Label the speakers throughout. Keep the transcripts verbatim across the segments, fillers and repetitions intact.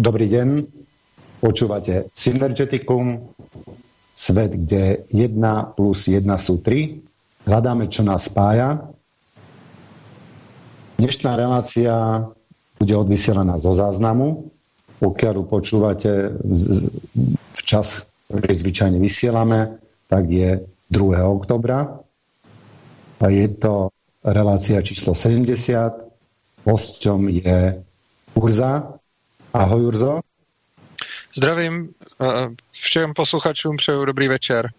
Speaker 1: Dobrý deň, počúvate Synergeticum, svet, kde jedna plus jedna sú tri. Hľadáme, čo nás spája. Dnešná relácia bude odvysielaná zo záznamu. Pokiaľ ju počúvate v čas, ktorý zvyčajne vysielame, tak je druhého októbra. A je to relácia číslo sedemdesiat. Hosťom je Urza. Ahoj, Urzo.
Speaker 2: Zdravím. Všem posluchačům přeju dobrý večer.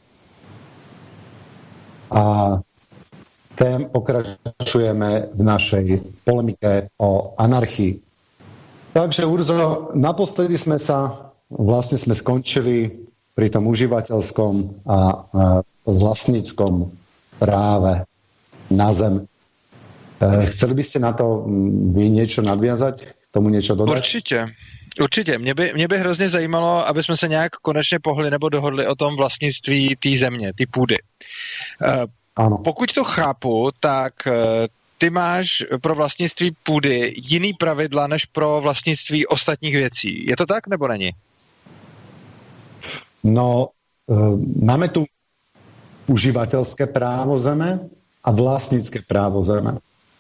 Speaker 1: A tém pokračujeme v našej polemike o anarchii. Takže, Urzo, naposledy sme sa, vlastne sme skončili pri tom užívateľskom a, a vlastníckom práve na zem. E, chceli by ste na to vy niečo nadviazať? Tomu něco dodat?
Speaker 2: Určitě, určitě. Mě by, mě by hrozně zajímalo, aby jsme se nějak konečně pohli nebo dohodli o tom vlastnictví té země, té půdy.
Speaker 1: Ano.
Speaker 2: Pokud to chápu, tak ty máš pro vlastnictví půdy jiný pravidla než pro vlastnictví ostatních věcí. Je to tak, nebo není?
Speaker 1: No, máme tu uživatelské právo zeme a vlastnické právo zeme.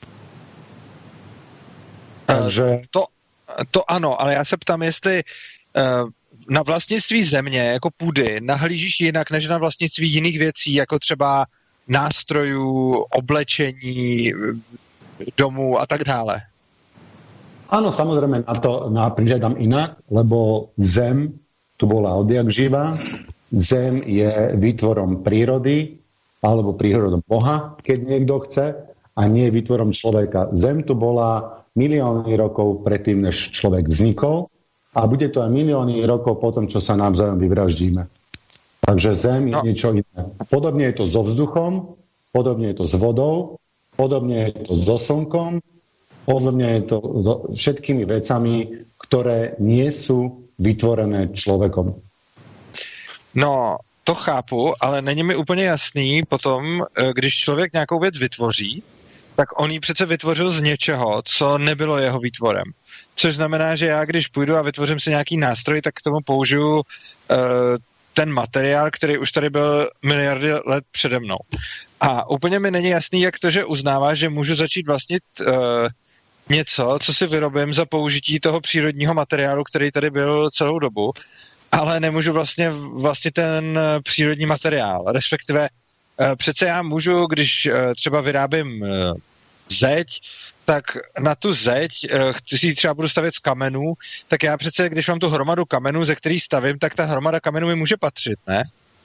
Speaker 1: Takže...
Speaker 2: To, to ano, ale já se ptám, jestli uh, na vlastnictví země jako půdy nahlížíš jinak než na vlastnictví jiných věcí, jako třeba nástrojů, oblečení, domů a tak dále.
Speaker 1: Áno, samozrejme na to prihľadám inak, lebo zem tu bola odjak živa. Zem je výtvorom prírody alebo prírodom Boha, keď niekto chce, a nie výtvorom človeka. Zem tu bola milióny rokov predtým, než človek vznikol, a bude to aj milióny rokov potom, čo sa navzájom vyvraždíme. Takže zem je no. niečo iné. Podobne je to so vzduchom, podobne je to s vodou, podobne je to so slnkom, podobne je to so všetkými vecami, ktoré nie sú vytvorené človekom.
Speaker 2: No, to chápu, ale není mi úplně jasný potom, když člověk nějakou věc vytvoří, tak on ji přece vytvořil z něčeho, co nebylo jeho výtvorem. Což znamená, že já, když půjdu a vytvořím si nějaký nástroj, tak k tomu použiju uh, ten materiál, který už tady byl miliardy let přede mnou. A úplně mi není jasný, jak to, že uznáváš, že můžu začít vlastnit uh, něco, co si vyrobím za použití toho přírodního materiálu, který tady byl celou dobu, ale nemůžu vlastně vlastně ten přírodní materiál. Respektive uh, přece já můžu, když uh, třeba vyrábím uh, zeď, tak na tu zeď, chci si třeba budu stavět z kamenů, tak já přece, když mám tu hromadu kamenů, ze kterých stavím, tak ta hromada kamenů mi může patřit, ne?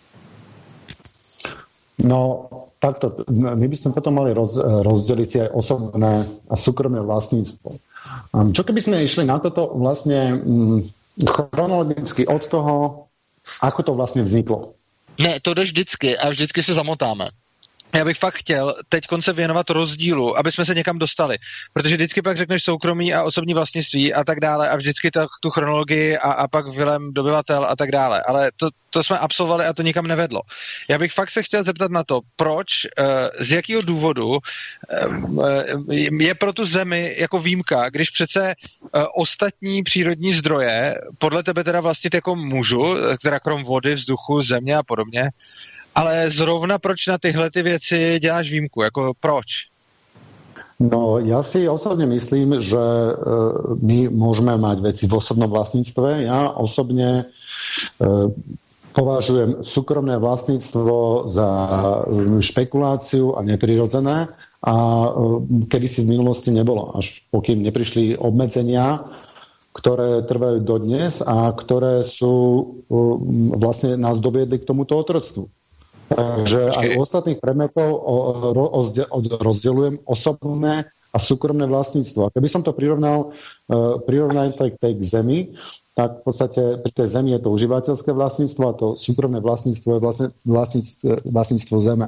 Speaker 1: No, takto. My by sme potom mali roz, rozdeliť si aj osobné a súkromné vlastníctvo. Čo keby sme išli na toto vlastne chronologicky od toho, ako to vlastne vzniklo?
Speaker 2: Ne, to jde vždycky a vždycky se zamotáme. Já bych fakt chtěl teď se věnovat rozdílu, aby jsme se někam dostali. Protože vždycky pak řekneš soukromí a osobní vlastnictví a tak dále a vždycky ta, tu chronologii a, a pak Vilém dobyvatel a tak dále. Ale to, to jsme absolvovali a to nikam nevedlo. Já bych fakt se chtěl zeptat na to, proč, z jakého důvodu je pro tu zemi jako výjimka, když přece ostatní přírodní zdroje podle tebe teda vlastnit jako můžu, teda krom vody, vzduchu, země a podobně, ale zrovna proč na tyhle ty věci děláš výjimku? Jako proč?
Speaker 1: No, ja si osobne myslím, že my môžeme mať veci v osobnom vlastníctve. Ja osobne považujem súkromné vlastníctvo za špekuláciu a neprirodzené, a kedysi v minulosti nebolo, až pokým neprišli obmedzenia, ktoré trvajú dodnes a ktoré sú vlastne nás doviedli k tomuto otroctvu. Takže aj u ostatných predmetov rozdeľujem osobné a súkromné vlastníctvo. A keby som to prirovnal, prirovnal tak k zemi, tak v podstate pri tej zemi je to užívateľské vlastníctvo a to súkromné vlastníctvo je vlastne vlastníctvo, vlastníctvo zeme.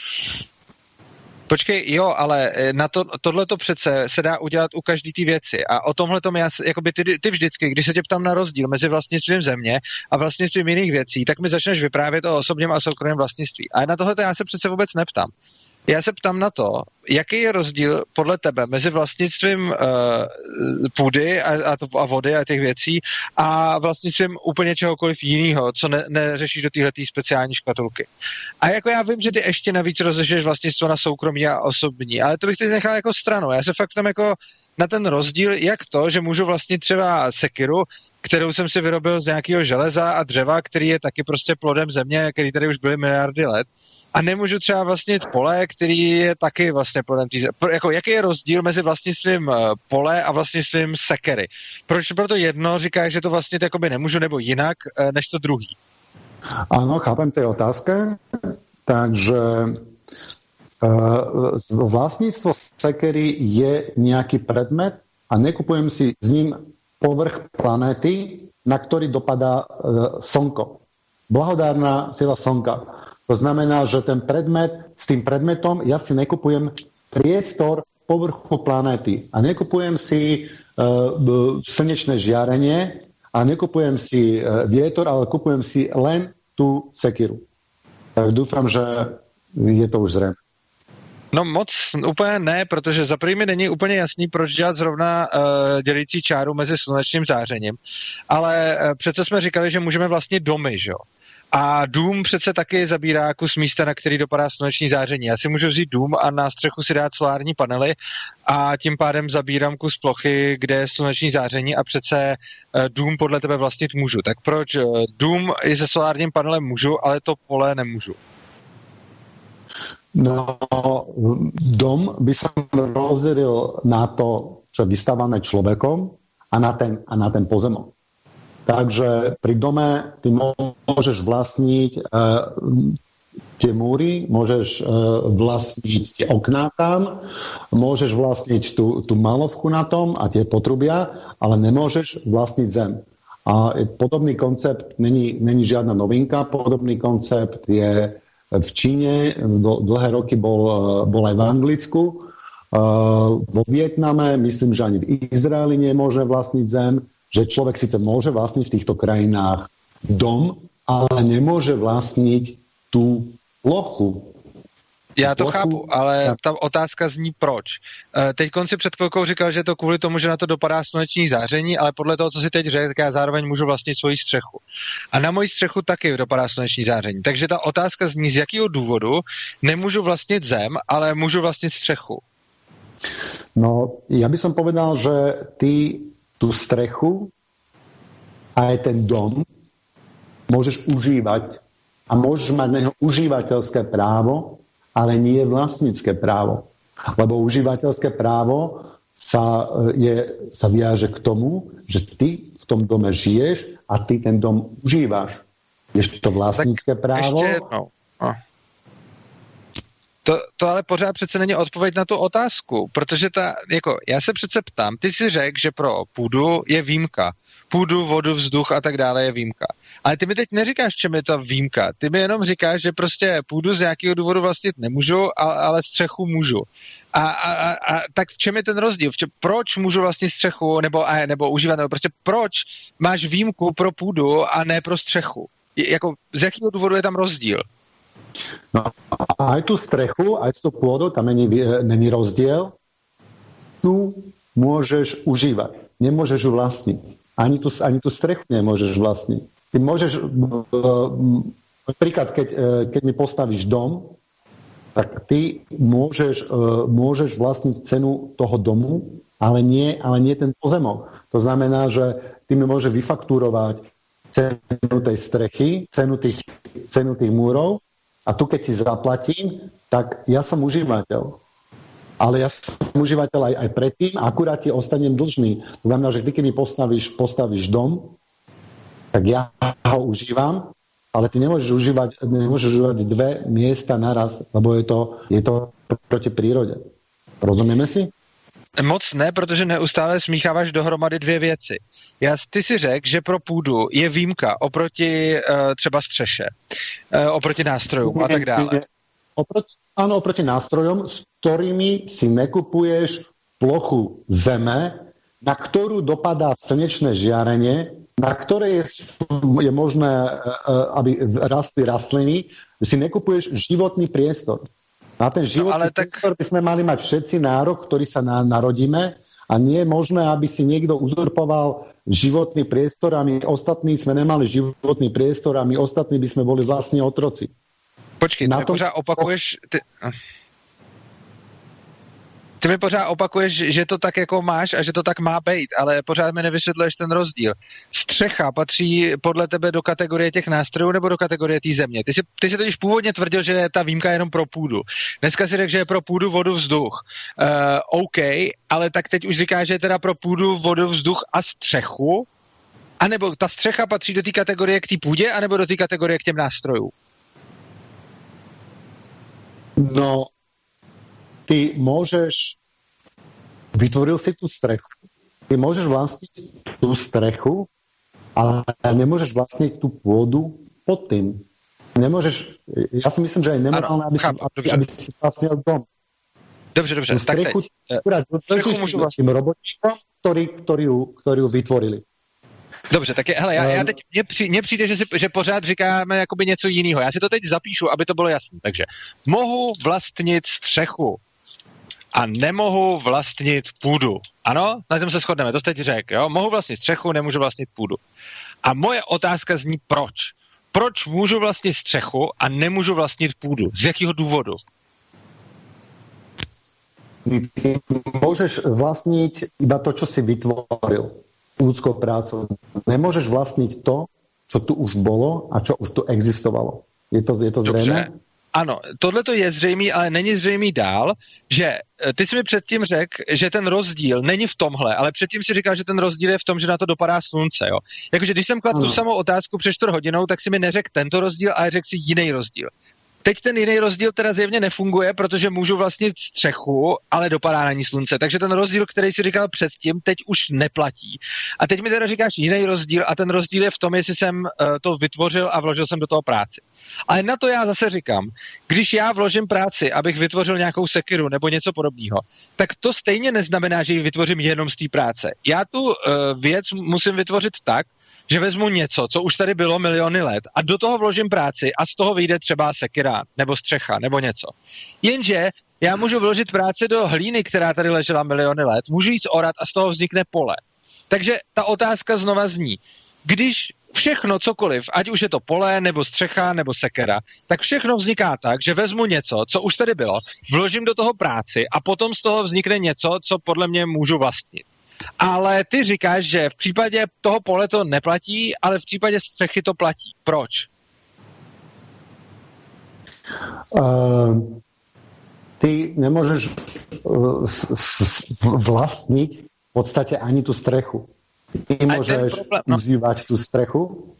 Speaker 2: Počkej, jo, ale na to, tohleto přece se dá udělat u každý té věci. A o tomhletom já, jakoby ty, ty vždycky, když se tě ptám na rozdíl mezi vlastnictvím země a vlastnictvím jiných věcí, tak mi začneš vyprávět o osobním a soukromém vlastnictví. A na tohleto já se přece vůbec neptám. Já se ptám na to, jaký je rozdíl podle tebe mezi vlastnictvím uh, půdy a, a, to, a vody a těch věcí a vlastnictvím úplně čehokoliv jiného, co ne, neřešíš do téhletý speciální škatulky. A jako já vím, že ty ještě navíc rozlišuješ vlastnictvo na soukromí a osobní, ale to bych teď nechal jako stranou. Já se fakt tam jako na ten rozdíl, jak to, že můžu vlastnit třeba sekiru, kterou jsem si vyrobil z nějakého železa a dřeva, který je taky prostě plodem země, který tady už byly miliardy let. A nemůžu třeba vlastnit pole, který je taky vlastně plodem týze. Jako, jaký je rozdíl mezi vlastnictvím pole a vlastnictvím sekery? Proč proto jedno říkáš, že to vlastnit jakoby nemůžu, nebo jinak, než to druhý?
Speaker 1: Áno, chápem tej otázke. Takže uh, vlastníctvo sekery je nejaký predmet a nekupujem si s ním povrch planéty, na ktorý dopadá uh, slnko. Blahodárna sila slnka. To znamená, že ten predmet, s tým predmetom ja si nekupujem priestor povrchu planéty a nekupujem si uh, slnečné žiarenie a nekupujem si uh, vietor, ale kupujem si len tú sekiru. Tak dúfam, že je to už zrejme.
Speaker 2: No moc úplně ne, protože za první mi není úplně jasný, proč dělat zrovna uh, dělící čáru mezi slunečním zářením, ale uh, přece jsme říkali, že můžeme vlastnit domy, že jo? A dům přece taky zabírá kus místa, na který dopadá sluneční záření. Já si můžu vzít dům a na střechu si dát solární panely a tím pádem zabírám kus plochy, kde je sluneční záření a přece dům podle tebe vlastnit můžu. Tak proč dům i se solárním panelem můžu, ale to pole nemůžu?
Speaker 1: No, dom by som rozdelil na to, čo je vystavané človekom a na ten, a na ten pozemok. Takže pri dome ty môžeš vlastniť e, tie múry, môžeš e, vlastniť tie okná tam, môžeš vlastniť tú, tú malovku na tom a tie potrubia, ale nemôžeš vlastniť zem. A podobný koncept není, není žiadna novinka, podobný koncept je v Číne, dlhé roky bol, bol aj v Anglicku, e, vo Vietname, myslím, že ani v Izraeli nie je možné vlastniť zem, že človek síce môže vlastniť v týchto krajinách dom, ale nemôže vlastniť tú plochu.
Speaker 2: Já to plochu, chápu, ale ta otázka zní proč. Teď si před chvilkou říkal, že je to kvůli tomu, že na to dopadá sluneční záření, ale podle toho, co si teď řekl, tak já zároveň můžu vlastnit svoji střechu. A na moji střechu taky dopadá sluneční záření. Takže ta otázka zní, z jakého důvodu nemůžu vlastnit zem, ale můžu vlastnit střechu.
Speaker 1: No, ja by som povedal, že ty tú strechu a aj ten dom môžeš užívať a môžeš mať na neho užívateľské právo, ale nie vlastnícke právo. Lebo užívateľské právo sa, je, sa viaže k tomu, že ty v tom dome žiješ a ty ten dom užívaš. Jež to vlastnícke právo...
Speaker 2: Ešte jednou. No. To, to ale pořád přece není odpověď na tu otázku, protože ta, jako, já se přece ptám, ty si řekl, že pro půdu je výjimka. Půdu, vodu, vzduch a tak dále je výjimka. Ale ty mi teď neříkáš, čem je ta výjimka. Ty mi jenom říkáš, že prostě půdu z nějakého důvodu vlastnit nemůžu, ale, ale střechu můžu. A, a, a, a tak v čem je ten rozdíl? V čem, proč můžu vlastnit střechu nebo, a, nebo užívat? Nebo prostě proč máš výjimku pro půdu a ne pro střechu? Je, jako, z jakého důvodu je tam rozdíl?
Speaker 1: No, aj tú strechu, aj tú pôdu, tam není, není rozdiel. Tu môžeš užívať. Nemôžeš ju vlastniť. Ani tú, ani tú strechu nemôžeš vlastniť. Ty môžeš, napríklad, keď, keď mi postavíš dom, tak ty môžeš, môžeš vlastniť cenu toho domu, ale nie, ale nie ten pozemok. To znamená, že ty mi môžeš vyfaktúrovať cenu tej strechy, cenu tých, cenu tých múrov, a tu, keď ti zaplatím, tak ja som užívateľ. Ale ja som užívateľ aj, aj predtým, akurát ti ostanem dlžný. To znamená, že ty, keď mi postavíš, postavíš dom, tak ja ho užívam, ale ty nemôžeš užívať, nemôžeš užívať dve miesta naraz, lebo je to, je to proti prírode. Rozumieme si?
Speaker 2: Moc ne, protože neustále smícháváš dohromady dvě věci. Já, ty si řekl, že pro půdu je výjimka oproti uh, třeba střeše, uh, oproti nástrojům a tak dále.
Speaker 1: Oproti, áno, oproti nástrojom, s ktorými si nekupuješ plochu zeme, na ktorú dopadá slnečné žiarenie, na ktoré je, je možné, aby rastli rastliny, si nekupuješ životný priestor. Na ten životný no, tak... priestor by sme mali mať všetci nárok, ktorý sa na, narodíme a nie je možné, aby si niekto uzurpoval životný priestor a my ostatní sme nemali životný priestor a my ostatní by sme boli vlastne otroci.
Speaker 2: Počkej, na ty tom... pořád opakuješ... Ty... Ty mi pořád opakuješ, že to tak jako máš a že to tak má být, ale pořád mi nevysvětluješ ten rozdíl. Střecha patří podle tebe do kategorie těch nástrojů nebo do kategorie té země? Ty si, ty si totiž původně tvrdil, že ta výjimka je jenom pro půdu. Dneska si řekl, že je pro půdu, vodu, vzduch. Uh, OK, ale tak teď už říkáš, že je teda pro půdu, vodu, vzduch a střechu? A nebo ta střecha patří do té kategorie k té půdě, anebo do té kategorie k těm nástrojům?
Speaker 1: No... Ty môžeš, vytvoril si tú strechu, ty môžeš vlastniť tú strechu, ale nemôžeš vlastniť tú pôdu pod tým. Nemôžeš, ja si myslím, že aj nemorálne, aby, si, aby, aby si vlastnil dom.
Speaker 2: Dobře, dobře.
Speaker 1: Tú strechu, strechu môžu vlastniť tým robotníkom, ktorí, ktorí, ktorí ju vytvorili.
Speaker 2: Dobře, tak je, hele, já, já teď, mně při, mně přijde, že, si, že pořád říkáme jakoby něco jiného. Já si to teď zapíšu, aby to bylo jasné. Takže mohu vlastnit střechu a nemohu vlastnit půdu. Ano? Na tom se shodneme, to jste ti řekl, jo? Mohu vlastnit střechu, nemůžu vlastnit půdu. A moje otázka zní proč? Proč můžu vlastnit střechu a nemůžu vlastnit půdu? Z jakého důvodu?
Speaker 1: Ty môžeš vlastniť iba to, čo si vytvoril ľudskou prácou. Nemôžeš vlastniť to, čo tu už bolo a čo už tu existovalo. Je to, je to zrejme?
Speaker 2: Ano, tohle to je zřejmý, ale není zřejmý dál, že ty jsi mi předtím řekl, že ten rozdíl není v tomhle, ale předtím si říkal, že ten rozdíl je v tom, že na to dopadá slunce, jo. Jakože když jsem kladl tu samou otázku před čtvrt hodinou, tak si mi neřekl tento rozdíl, ale řekl si jiný rozdíl. Teď ten jiný rozdíl teda zjevně nefunguje, protože můžu vlastnit střechu, ale dopadá na ní slunce. Takže ten rozdíl, který si říkal předtím, teď už neplatí. A teď mi teda říkáš jiný rozdíl a ten rozdíl je v tom, jestli jsem uh, to vytvořil a vložil jsem do toho práci. Ale na to já zase říkám, když já vložím práci, abych vytvořil nějakou sekiru nebo něco podobného, tak to stejně neznamená, že ji vytvořím jenom z té práce. Já tu uh, věc musím vytvořit tak, že vezmu něco, co už tady bylo miliony let a do toho vložím práci a z toho vyjde třeba sekira nebo střecha nebo něco. Jenže já můžu vložit práci do hlíny, která tady ležela miliony let, můžu jít orat a z toho vznikne pole. Takže ta otázka znova zní, když všechno, cokoliv, ať už je to pole, nebo střecha, nebo sekera, tak všechno vzniká tak, že vezmu něco, co už tady bylo, vložím do toho práci a potom z toho vznikne něco, co podle mě můžu vlastnit. Ale ty říkáš, že v případě toho pole to neplatí, ale v případě střechy to platí. Proč?
Speaker 1: Uh, ty nemôžeš uh, s, s, vlastniť v podstate ani tú strechu. Ty môžeš problém, no. užívať tú strechu.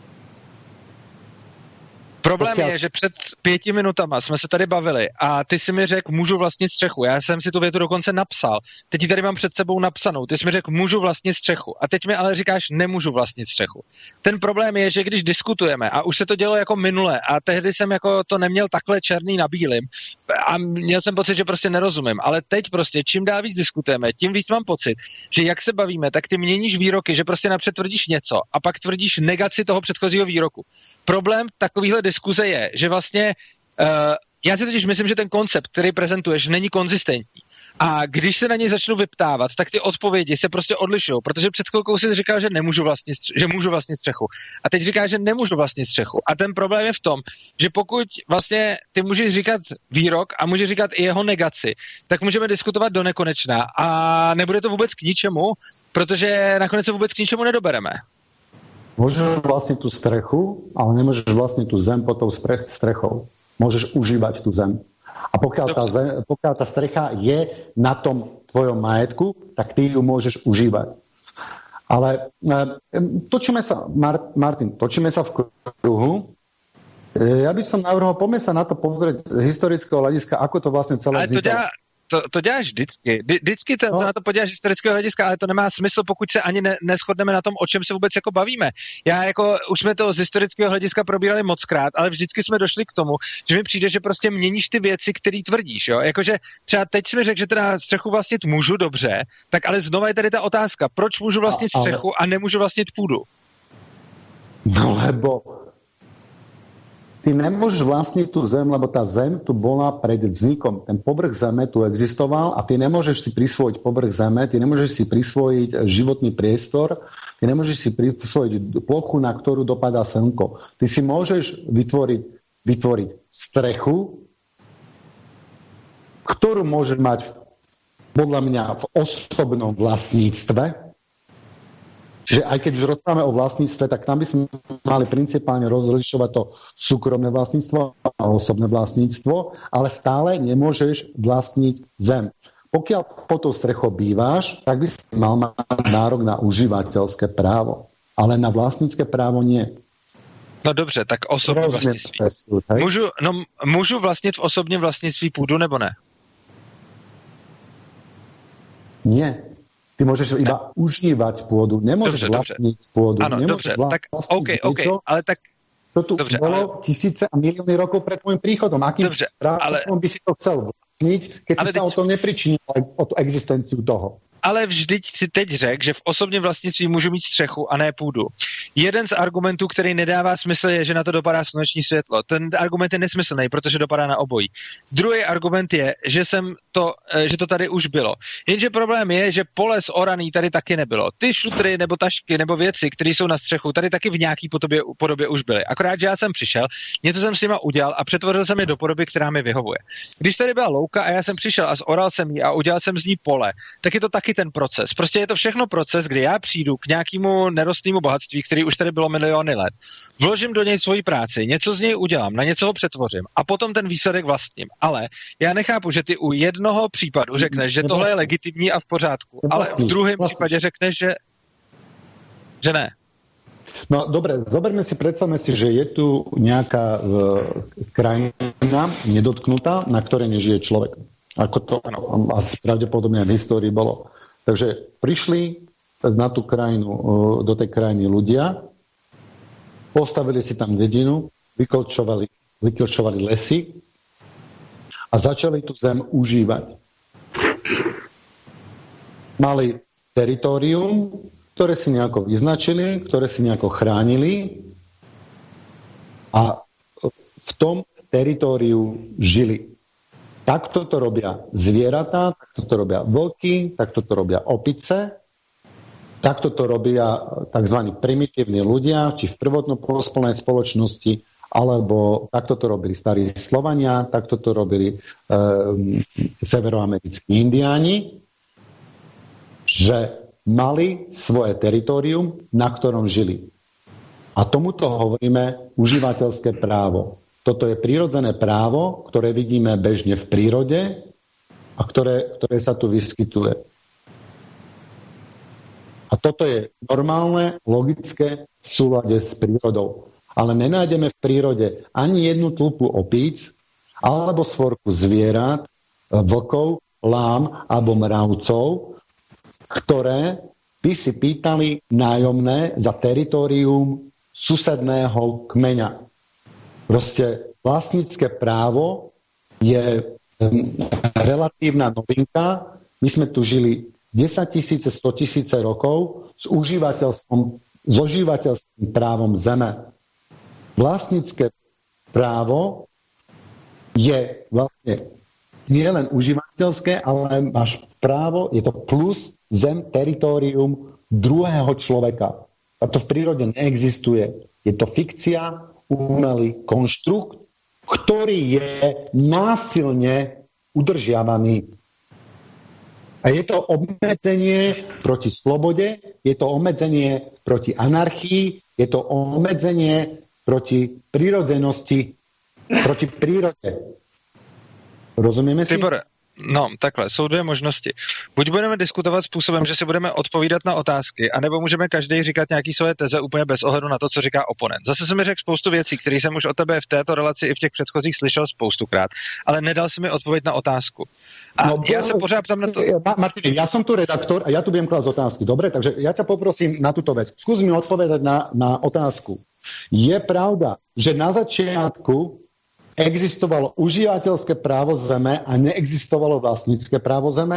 Speaker 2: Problém je, že před pěti minutama jsme se tady bavili a ty si mi řekl, můžu vlastnit střechu. Já jsem si tu větu dokonce napsal. Teď ji tady mám před sebou napsanou. Ty jsi mi řekl, můžu vlastnit střechu. A teď mi ale říkáš, nemůžu vlastnit střechu. Ten problém je, že když diskutujeme, a už se to dělo jako minule, a tehdy jsem jako to neměl takhle černý na bílým, a měl jsem pocit, že prostě nerozumím. Ale teď prostě, čím dál víc diskutujeme, tím víc mám pocit, že jak se bavíme, tak ty měníš výroky, že prostě napřed tvrdíš něco a pak tvrdíš negaci toho předchozího výroku. Problém takovýhle diskuze je, že vlastně uh, já si totiž myslím, že ten koncept, který prezentuješ, není konzistentní. A když se na něj začnu vyptávat, tak ty odpovědi se prostě odlišují, protože před chvilkou si říkal, že nemůžu vlastnit, že můžu vlastnit střechu. A teď říkáš, že nemůžu vlastnit střechu. A ten problém je v tom, že pokud vlastně ty můžeš říkat výrok a můžeš říkat i jeho negaci, tak můžeme diskutovat do nekonečna a nebude to vůbec k ničemu, protože nakonec se vůbec k ničemu nedobereme.
Speaker 1: Môžeš vlastniť tú strechu, ale nemôžeš vlastniť tú zem pod tou strechou. Môžeš užívať tú zem. A pokiaľ tá, zem, pokiaľ tá strecha je na tom tvojom majetku, tak ty ju môžeš užívať. Ale točíme sa, Martin, točíme sa v kruhu. Ja by som navrhol, poďme sa na to pozrieť z historického hľadiska, ako to vlastne celé vzniklo.
Speaker 2: To, to děláš vždycky. Vždycky to, no. se na to podíváš z historického hlediska, ale to nemá smysl, pokud se ani ne, neshodneme na tom, o čem se vůbec jako bavíme. Já jako, už jsme to z historického hlediska probírali mockrát, ale vždycky jsme došli k tomu, že mi přijde, že prostě měníš ty věci, které tvrdíš. Jo? Jakože třeba teď jsi mi řekl, že teda střechu vlastnit můžu, dobře, tak ale znova je tady ta otázka, proč můžu vlastnit a, ale... střechu a nemůžu vlastnit půdu?
Speaker 1: No lebo Ty nemôžeš vlastniť tú zem, lebo tá zem tu bola pred vznikom. Ten povrch zeme tu existoval a ty nemôžeš si prisvojiť povrch zeme, ty nemôžeš si prisvojiť životný priestor, ty nemôžeš si prisvojiť plochu, na ktorú dopadá slnko. Ty si môžeš vytvoriť, vytvoriť strechu, ktorú môžeš mať podľa mňa v osobnom vlastníctve. Že aj keď už rozprávame o vlastníctve, tak tam by sme mali principálne rozlišovať to súkromné vlastníctvo a osobné vlastníctvo, ale stále nemôžeš vlastniť zem. Pokiaľ pod tou strechou býváš, tak by si mal mať nárok na užívateľské právo. Ale na vlastnícke právo nie.
Speaker 2: No dobře, tak osobní vlastnictví. Můžu, no, můžu vlastnit v osobním vlastnictví půdu, nebo ne?
Speaker 1: Nie. Ty môžeš iba užívať pôdu, nemôžeš dobře, vlastniť dobře. pôdu.
Speaker 2: Ano, dobře, tak OK, OK, ale tak...
Speaker 1: Čo tu dobře, bolo ale... tisíce a milióny rokov pred tvojim príchodom. Akým
Speaker 2: dobře, ale...
Speaker 1: by si to chcel vlastniť, keď ale si teď... sa o to nepričinil, o tú existenciu toho?
Speaker 2: Ale vždyť si teď řekl, že v osobním vlastnictví můžu mít střechu a ne půdu. Jeden z argumentů, který nedává smysl, je, že na to dopadá sluneční světlo. Ten argument je nesmyslný, protože dopadá na obojí. Druhý argument je, že jsem to, že to tady už bylo. Jenže problém je, že pole zoraný tady taky nebylo. Ty šutry nebo tašky nebo věci, které jsou na střechu, tady taky v nějaký podobě, podobě už byly. Akorát, že já jsem přišel, něco jsem s nima udělal a přetvořil jsem je do podoby, která mi vyhovuje. Když tady byla louka a já jsem přišel a zoral jsem ji a udělal jsem z ní pole, tak je to taky ten proces. Prostě je to všechno proces, kdy já přijdu k nějakému nerostnému bohatství, který už tady bylo miliony let. Vložím do něj svoji práci, něco z něj udělám, na něco ho přetvořím a potom ten výsledek vlastním. Ale já nechápu, že ty u jednoho případu řekneš, že tohle je legitimní a v pořádku, ale v druhém případě řekneš, že, že ne.
Speaker 1: No dobre, zoberme si, predstavme si, že je tu nejaká uh, krajina nedotknutá, na ktorej nežije človek. Ako to ano. Asi pravdepodobne v histórii bolo. Takže prišli na tú krajinu, do tej krajiny ľudia, postavili si tam dedinu, vykolčovali, vykolčovali lesy a začali tú zem užívať. Mali teritorium, ktoré si nejako vyznačili, ktoré si nejako chránili a v tom teritóriu žili. Takto to robia zvieratá, takto to robia vlky, takto to robia opice, takto to robia tzv. Primitívni ľudia, či v prvotno-pospolnej spoločnosti, alebo takto to robili starí Slovania, takto to robili e, severoamerickí indiáni, že mali svoje teritorium, na ktorom žili. A tomuto hovoríme užívateľské právo. Toto je prírodzené právo, ktoré vidíme bežne v prírode a ktoré, ktoré sa tu vyskytuje. A toto je normálne, logické v súlade s prírodou. Ale nenájdeme v prírode ani jednu tlupu opíc, alebo svorku zvierat, vlkov, lám alebo mravcov, ktoré by si pýtali nájomné za teritorium susedného kmeňa. Proste vlastnícke právo je relatívna novinka. My sme tu žili desaťtisíce, stotisíce rokov s užívateľstvom, s užívateľským právom zeme. Vlastnícke právo je vlastne nie len užívateľské, ale máš právo, je to plus zem, teritorium druhého človeka. A to v prírode neexistuje. Je to fikcia, umelý konštrukt, ktorý je násilne udržiavaný. A je to obmedzenie proti slobode, je to obmedzenie proti anarchii, je to obmedzenie proti prírodzenosti, proti prírode. Rozumieme si?
Speaker 2: Tibor, no, takhle, jsou dvě možnosti. Buď budeme diskutovat způsobem, že si budeme odpovídat na otázky, anebo můžeme každý říkat nějaký svoje teze úplně bez ohledu na to, co říká oponent. Zase jsem mi řekl spoustu věcí, které jsem už od tebe v této relaci i v těch předchozích slyšel spoustukrát, ale nedal si mi odpověď na otázku. A no, já se pořád ptám na to...
Speaker 1: Martin, ja som tu redaktor a ja tu budem klásť otázky. Dobre, takže ja ťa poprosím na túto vec. Skús mi odpovedať na, na otázku. Je pravda, že na začiatku existovalo užívateľské právo zeme a neexistovalo vlastnícke právo zeme?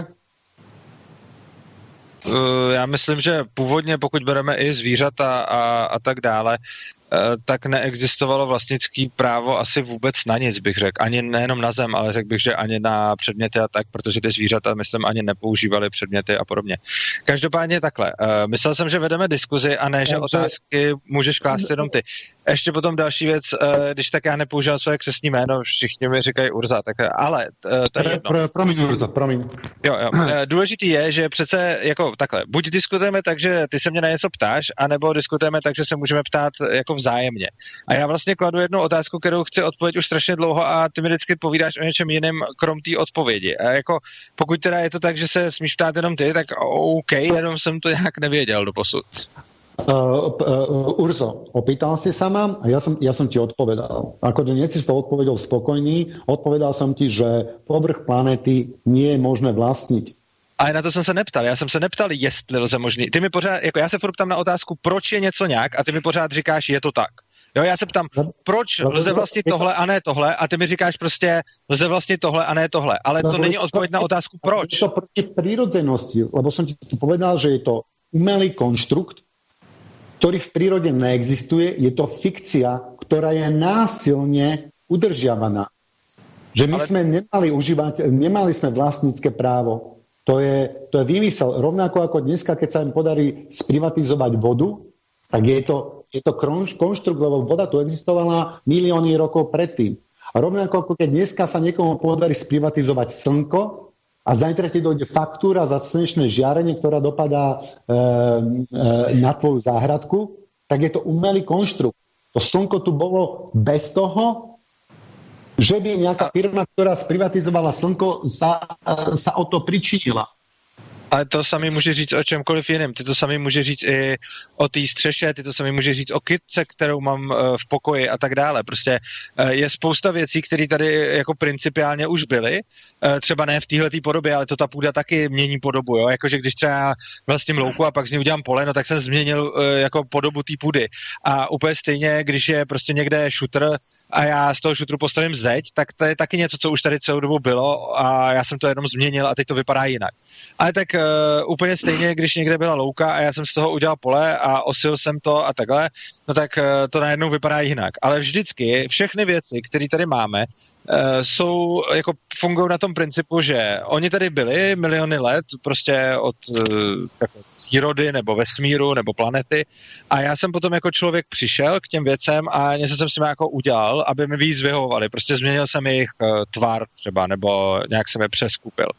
Speaker 2: Uh, já myslím, že původně, pokud bereme i zvířata a, a tak dále, tak neexistovalo vlastnický právo asi vůbec na nic, bych řekl. Ani nejenom na zem, ale řekl bych, že ani na předměty a tak, protože ty zvířata, myslím, ani nepoužívali předměty a podobně. Každopádně takhle. Myslel jsem, že vedeme diskuzi a ne, že otázky můžeš klást jenom ty. Ještě potom další věc, když tak já nepoužívám své křestní jméno, všichni mi říkají Urza, tak ale to je jedno.
Speaker 1: Pro, promiň Urza, promiň.
Speaker 2: Jo, jo. Důležitý je, že přece jako takhle, buď diskutujeme tak, že ty se mě na něco ptáš, anebo diskutujeme tak, že se můžeme ptát jako vzájemně. A já vlastně kladu jednu otázku, kterou chci odpovědět už strašně dlouho a ty mi vždycky povídáš o něčem jiném, krom té odpovědi. A jako pokud teda je to tak, že se smíš ptát jenom ty, tak OK, jenom jsem to nějak nevěděl doposud.
Speaker 1: Uh, uh, Urzo, opýtal si sa ma a ja som, ja som ti odpovedal. Ako dnes si to odpovedal spokojný, odpovedal som ti, že povrch planety nie je možné vlastniť.
Speaker 2: Ale na to jsem se neptal. Já jsem se neptal, jestli lze možný. Ty mi pořád, jako já se furt ptám na otázku, proč je něco nějak a ty mi pořád říkáš, je to tak. Jo, já se ptám, proč lze vlastnit tohle a ne tohle a ty mi říkáš prostě, lze vlastnit tohle a ne tohle. Ale to není odpověď na otázku, proč.
Speaker 1: Je to proti prírodzenosti, lebo som ti tu povedal, že je to umelý konštrukt, ktorý v prírode neexistuje, je to fikcia, ktorá je násilne udržiavaná. Že my Ale... sme nemali užívať, nemali sme vlastnícke právo. To je, to je výmysel. Rovnako ako dneska, keď sa im podarí sprivatizovať vodu, tak je to, je to konštrukt, lebo voda tu existovala milióny rokov predtým. A rovnako ako keď dneska sa niekomu podarí sprivatizovať slnko, a zajtra ti dojde faktúra za slnečné žiarenie, ktorá dopadá e, e, na tvoju záhradku, tak je to umelý konštrukt. To slnko tu bolo bez toho, že by nejaká firma, ktorá sprivatizovala slnko, sa, e, sa o to pričinila.
Speaker 2: Ale to sami může říct o čemkoliv jiném. Ty to sami může říct i o té střeše, ty to sami může říct o kytce, kterou mám v pokoji a tak dále. Prostě je spousta věcí, které tady jako principiálně už byly. Třeba ne v téhletý podobě, ale to ta půda taky mění podobu. Jo? Jakože když třeba vlastním louku a pak z ní udělám pole, no tak jsem změnil jako podobu té půdy. A úplně stejně, když je prostě někde šutr, a já z toho šutru postavím zeď, tak to je taky něco, co už tady celou dobu bylo a já jsem to jenom změnil a teď to vypadá jinak. Ale tak uh, úplně stejně, když někde byla louka a já jsem z toho udělal pole a osil jsem to a takhle, no tak uh, to najednou vypadá jinak. Ale vždycky všechny věci, které tady máme, uh, jsou, jako fungují na tom principu, že oni tady byli miliony let, prostě od uh, jako přírody nebo vesmíru nebo planety a já jsem potom jako člověk přišel k těm věcem a něco jsem si jako udělal, aby mi víc vyhovovali. Prostě změnil jsem jejich uh, tvar třeba, nebo nějak jsem je přeskupil.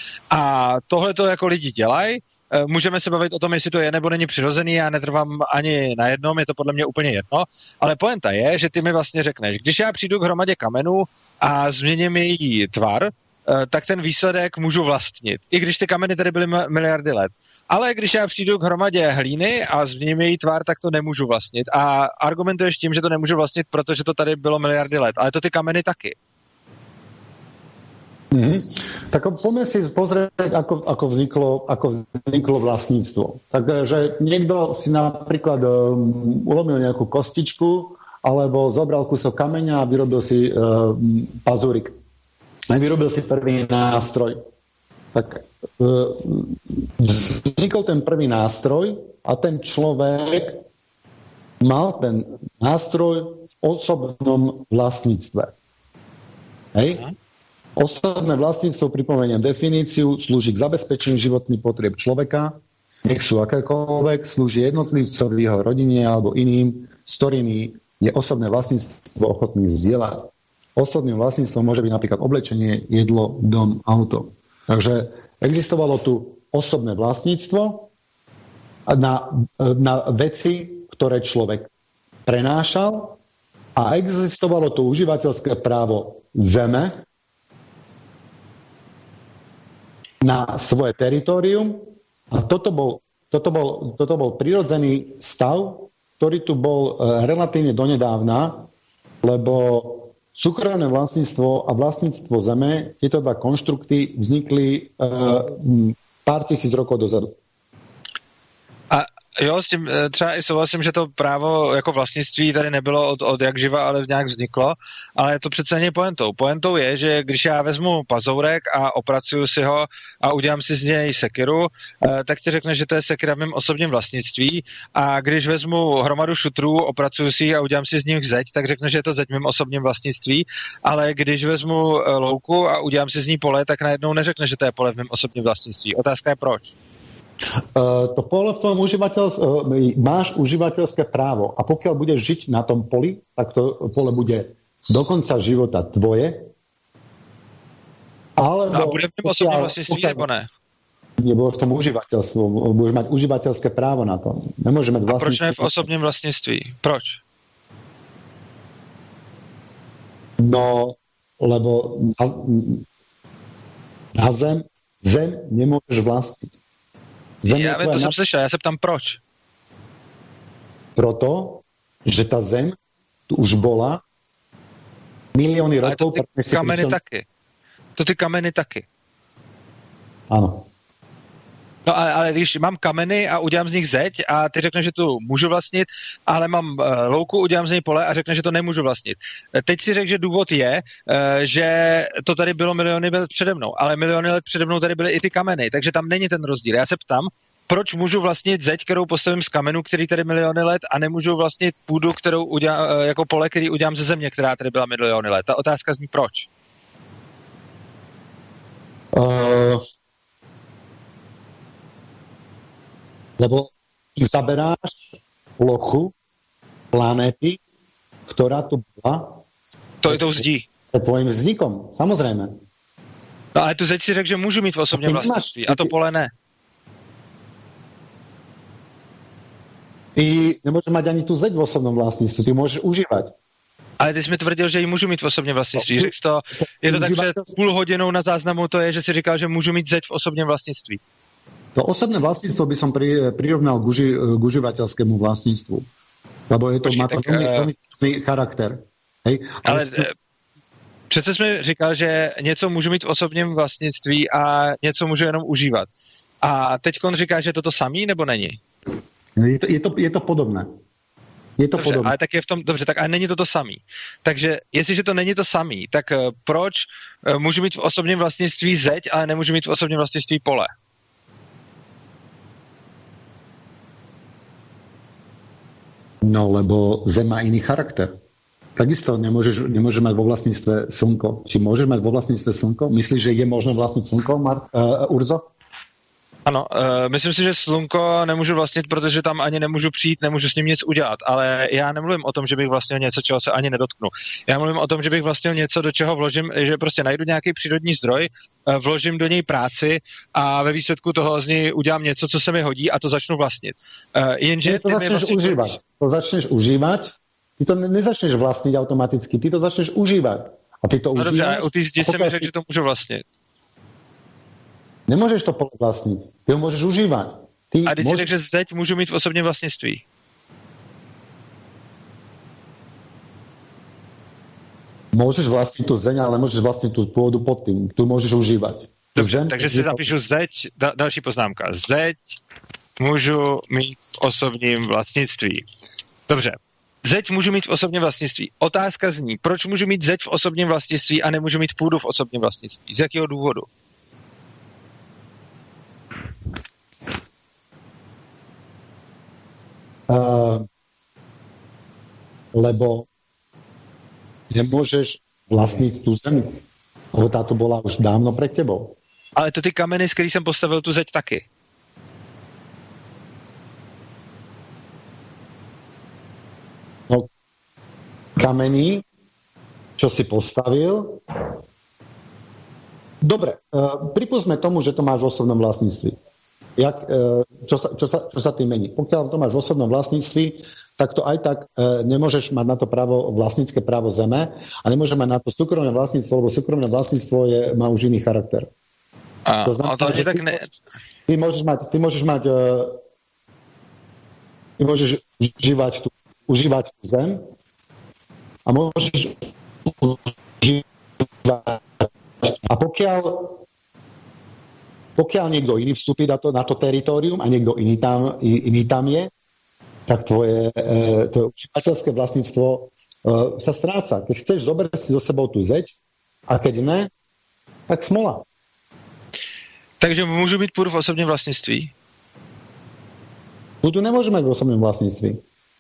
Speaker 2: A tohle to jako lidi dělají. Uh, můžeme se bavit o tom, jestli to je nebo není přirozený, já netrvám ani na jednom, je to podle mě úplně jedno, ale pointa je, že ty mi vlastně řekneš, když já přijdu k hromadě kamenů a změním její tvar, uh, tak ten výsledek můžu vlastnit. I když ty kameny tady byly miliardy let. Ale když já přijdu k hromadě hlíny a změním její tvar, tak to nemůžu vlastnit. A argumentuješ tím, že to nemůžu vlastnit, protože to tady bylo miliardy let. Ale to ty kameny taky.
Speaker 1: Mm-hmm. Tak poďme si pozrieť, ako, ako, vzniklo, ako vzniklo vlastníctvo. Takže niekto si napríklad um, ulomil nejakú kostičku alebo zobral kúsok kameňa a vyrobil si um, pazúrik. A vyrobil si prvý nástroj. Tak um, vznikol ten prvý nástroj a ten človek mal ten nástroj v osobnom vlastníctve. Hej? Osobné vlastníctvo, pripomeniem definíciu, slúži k zabezpečeniu životných potrieb človeka, nech sú akékoľvek, slúži jednotlivcovi, jeho rodine alebo iným, s ktorými je osobné vlastníctvo ochotný zdieľať. Osobným vlastníctvom môže byť napríklad oblečenie, jedlo, dom, auto. Takže existovalo tu osobné vlastníctvo na, na veci, ktoré človek prenášal a existovalo tu užívateľské právo zeme na svoje teritorium a toto bol, toto bol, toto bol prirodzený stav, ktorý tu bol relatívne donedávna, lebo súkromné vlastníctvo a vlastníctvo zeme, tieto dva konštrukty vznikli uh, pár tisíc rokov dozadu.
Speaker 2: A Jo, s tím třeba i souhlasím, že to právo jako vlastnictví tady nebylo od, od jak živa, ale nějak vzniklo, ale to přece není pointou. Pointou je, že když já vezmu pazourek a opracuju si ho a udělám si z něj sekiru, tak ti řekne, že to je sekira v mém osobním vlastnictví, a když vezmu hromadu šutrů, opracuju si a udělám si z nich zeď, tak řekne, že je to zeď v mém osobním vlastnictví, ale když vezmu louku a udělám si z ní pole, tak najednou neřekne, že to je pole v mém osobním vlastnictví. Otázka je proč.
Speaker 1: Uh, to pole v tom užívateľs- uh, máš užívateľské právo a pokiaľ budeš žiť na tom poli, tak to pole bude do konca života tvoje. Alebo
Speaker 2: no a bude v tom osobním vlastnictví, nebo ne?
Speaker 1: Nebo v tom užívateľstvu. Budeš mať užívateľské právo na to. Nemôže mať vlastnictví.
Speaker 2: A proč ne v osobním vlastnictví? Proč?
Speaker 1: No, lebo na, na zem, zem nemôžeš vlastniť.
Speaker 2: Zem já vím, to jsem slyšel, já se ptám proč.
Speaker 1: Proto, že ta zem tu už bola milióny rokov.
Speaker 2: Ale to ty kameny prišiel... taky. To ty kameny taky.
Speaker 1: Ano.
Speaker 2: No ale, ale když mám kameny a udělám z nich zeď a ty řekneš, že tu můžu vlastnit, ale mám uh, louku, udělám z něj pole a řekneš, že to nemůžu vlastnit. Teď si řekl, že důvod je, uh, že to tady bylo miliony let přede mnou, ale miliony let přede mnou tady byly i ty kameny, takže tam není ten rozdíl. Já se ptám, proč můžu vlastnit zeď, kterou postavím z kamenu, který tady miliony let, a nemůžu vlastnit půdu, kterou udělám, uh, jako pole, který udělám ze země, která tady byla miliony let. Ta otázka zní proč.
Speaker 1: Uh... Lebo zaberáš plochu planéty, ktorá tu bola.
Speaker 2: To je to zdí.
Speaker 1: Tvojím vznikom, samozrejme.
Speaker 2: No ale tu zeď si řekl, že můžu mít v osobním vlastnictví, a to pole ne.
Speaker 1: Ty nemôžeš mať ani tu zeď v osobnom vlastnictví, ty môžeš užívať.
Speaker 2: Ale ty jsi mi tvrdil, že ji můžu mít v osobním vlastnictví. Řekl to, je to tak, že půl hodinou na záznamu to je, že si říkal, že můžu mít zeď v osobním vlastnictví.
Speaker 1: To osobné vlastníctvo by som pri, prirovnal k, uži, k užívateľskému vlastníctvu. Lebo je to, Počkej, má to veľmi uh... charakter. Hej?
Speaker 2: Ale, ale to... přece jsi mi říkal, že něco můžu mít v osobním vlastnictví a něco můžu jenom užívat. A teďkon říká, že je to to samý, nebo není?
Speaker 1: Je to, je to, je to podobné. Je to
Speaker 2: dobře,
Speaker 1: podobné.
Speaker 2: Ale tak je v tom, dobře, tak ale není to to samý. Takže jestliže to není to samý, tak uh, proč uh, můžu mít v osobním vlastnictví zeď, ale nemůžu mít v osobním vlastnictví pole?
Speaker 1: No, lebo zem má iný charakter. Takisto nemôžeš, nemôžeš mať vo vlastníctve slnko. Či môžeš mať vo vlastníctve slnko? Myslíš, že je možné vlastniť slnko, Mar- uh, Urzo?
Speaker 2: Ano, uh, myslím si, že slunko nemůžu vlastnit, protože tam ani nemůžu přijít, nemůžu s ním nic udělat, ale já nemluvím o tom, že bych vlastnil něco, čeho se ani nedotknu. Já mluvím o tom, že bych vlastnil něco, do čeho vložím, že prostě najdu nějaký přírodní zdroj, uh, vložím do něj práci a ve výsledku toho z něj udělám něco, co se mi hodí, a to začnu vlastnit. Uh, jenže
Speaker 1: to začneš vlastně... užívat. To začneš užívat, ty to nezačneš vlastnit automaticky, ty to začneš užívat. A ty to
Speaker 2: no
Speaker 1: užíváš.
Speaker 2: Dobře, u té zdi se mi řekl, že to můžu vlastnit.
Speaker 1: Nemôžeš to pole vlastniť. Ty ho môžeš užívať. Ty
Speaker 2: a když
Speaker 1: môžeš...
Speaker 2: si řekl, že zeď můžu mít v osobním vlastnictví.
Speaker 1: Môžeš vlastniť tú zeň, ale môžeš vlastniť tú pôdu pod tým. Tu môžeš užívať.
Speaker 2: Dobře,
Speaker 1: Žen,
Speaker 2: takže si zapíšu zeď, da, další poznámka. Zeď můžu mít v osobním vlastnictví. Dobře. Zeď můžu mít v osobním vlastnictví. Otázka zní, proč můžu mít zeď v osobním vlastnictví a nemůžu mít půdu v osobním vlastnictví? Z jakého důvodu?
Speaker 1: Uh, lebo nemôžeš vlastniť tú zemi. Lebo táto bola už dávno pred tebou.
Speaker 2: Ale to ty kameny, z kterých jsem postavil tu zeď taky.
Speaker 1: No, kameny, čo si postavil. Dobre, uh, pripustme tomu, že to máš v osobnom vlastníctví. Jak, čo, sa, čo, sa, čo sa tým mení. Pokiaľ to máš v osobnom vlastníctví, tak to aj tak e, nemôžeš mať na to právo, vlastnícke právo zeme a nemôžeš mať na to súkromné vlastníctvo, lebo súkromné vlastníctvo je, má už iný charakter.
Speaker 2: A, to znamená, to že tak ne...
Speaker 1: ty môžeš mať, ty môžeš mať e, ty môžeš užívať tú, užívať tú zem a môžeš užívať a pokiaľ Pokiaľ niekto iný vstúpi na to, na to teritorium a niekto iný tam, iný tam je, tak tvoje, e, tvoje užívateľské vlastníctvo e, sa stráca. Keď chceš, zober si so sebou tú zeď a keď ne, tak smola.
Speaker 2: Takže môžu byť půdu v osobním vlastnictví?
Speaker 1: Půdu nemôžeme v osobním vlastnictví.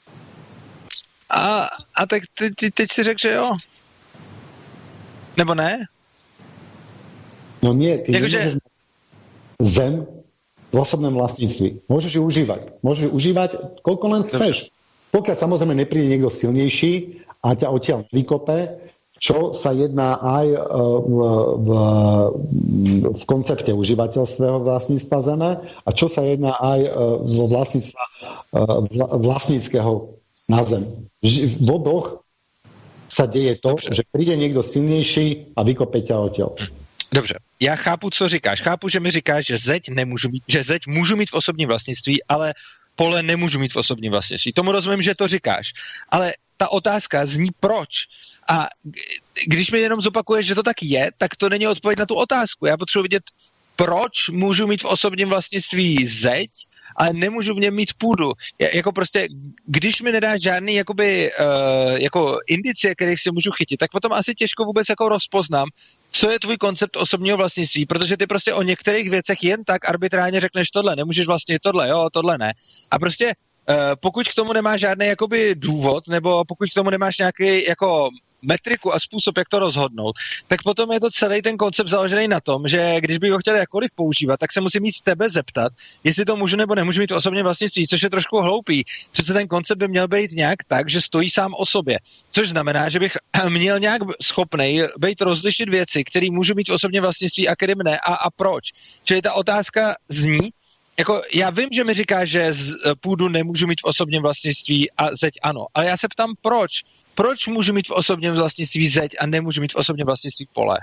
Speaker 2: A, a tak ty, ty, teď si řekl, že jo? Nebo ne?
Speaker 1: No nie, ty
Speaker 2: jako
Speaker 1: nemôžeš
Speaker 2: že...
Speaker 1: zem v osobnom vlastníctví. Môžeš ju užívať. Môžeš ju užívať, koľko len chceš. Pokiaľ samozrejme nepríde niekto silnejší a ťa odtiaľ vykope, čo sa jedná aj v, v, v koncepte užívateľského vlastníctva zeme a čo sa jedná aj vo vlastníctva vlastníckého na zem. V oboch sa deje to, Dobře. Že príde niekto silnejší a vykope ťa odtiaľ.
Speaker 2: Dobře, já chápu, co říkáš. Chápu, že mi říkáš, že zeď nemůžu mít, že zeď můžu mít v osobním vlastnictví, ale pole nemůžu mít v osobním vlastnictví. Tomu rozumím, že to říkáš. Ale ta otázka zní proč. A když mi jenom zopakuješ, že to tak je, tak to není odpověď na tu otázku. Já potřebuji vidět, proč můžu mít v osobním vlastnictví zeď, ale nemůžu v něm mít půdu. Já, jako prostě, když mi nedáš žádný jakoby, uh, jako indicie, kterých si můžu chytit, tak potom asi těžko vůbec jako rozpoznám, co je tvůj koncept osobního vlastnictví, protože ty prostě o některých věcech jen tak arbitrálně řekneš tohle, nemůžeš vlastně tohle, jo, tohle ne. A prostě uh, pokud k tomu nemáš žádný jakoby důvod, nebo pokud k tomu nemáš nějaký jako metriku a způsob, jak to rozhodnout, tak potom je to celý ten koncept založený na tom, že když bych ho chtěl jakkoliv používat, tak se musím mít tebe zeptat, jestli to můžu nebo nemůžu mít v osobním vlastnictví, což je trošku hloupý. Přece ten koncept by měl být nějak tak, že stojí sám o sobě. Což znamená, že bych měl nějak schopnej být rozlišit věci, které můžu mít v osobním vlastnictví a kterým ne a, a proč. Čili ta otázka zní, jako já vím, že mi říká, že z půdu nemůžu mít v osobním vlastnictví a zeď ano, ale já se ptám proč. Proč můžu mít v osobním vlastnictví zeď a nemůžu mít v osobním vlastnictví pole?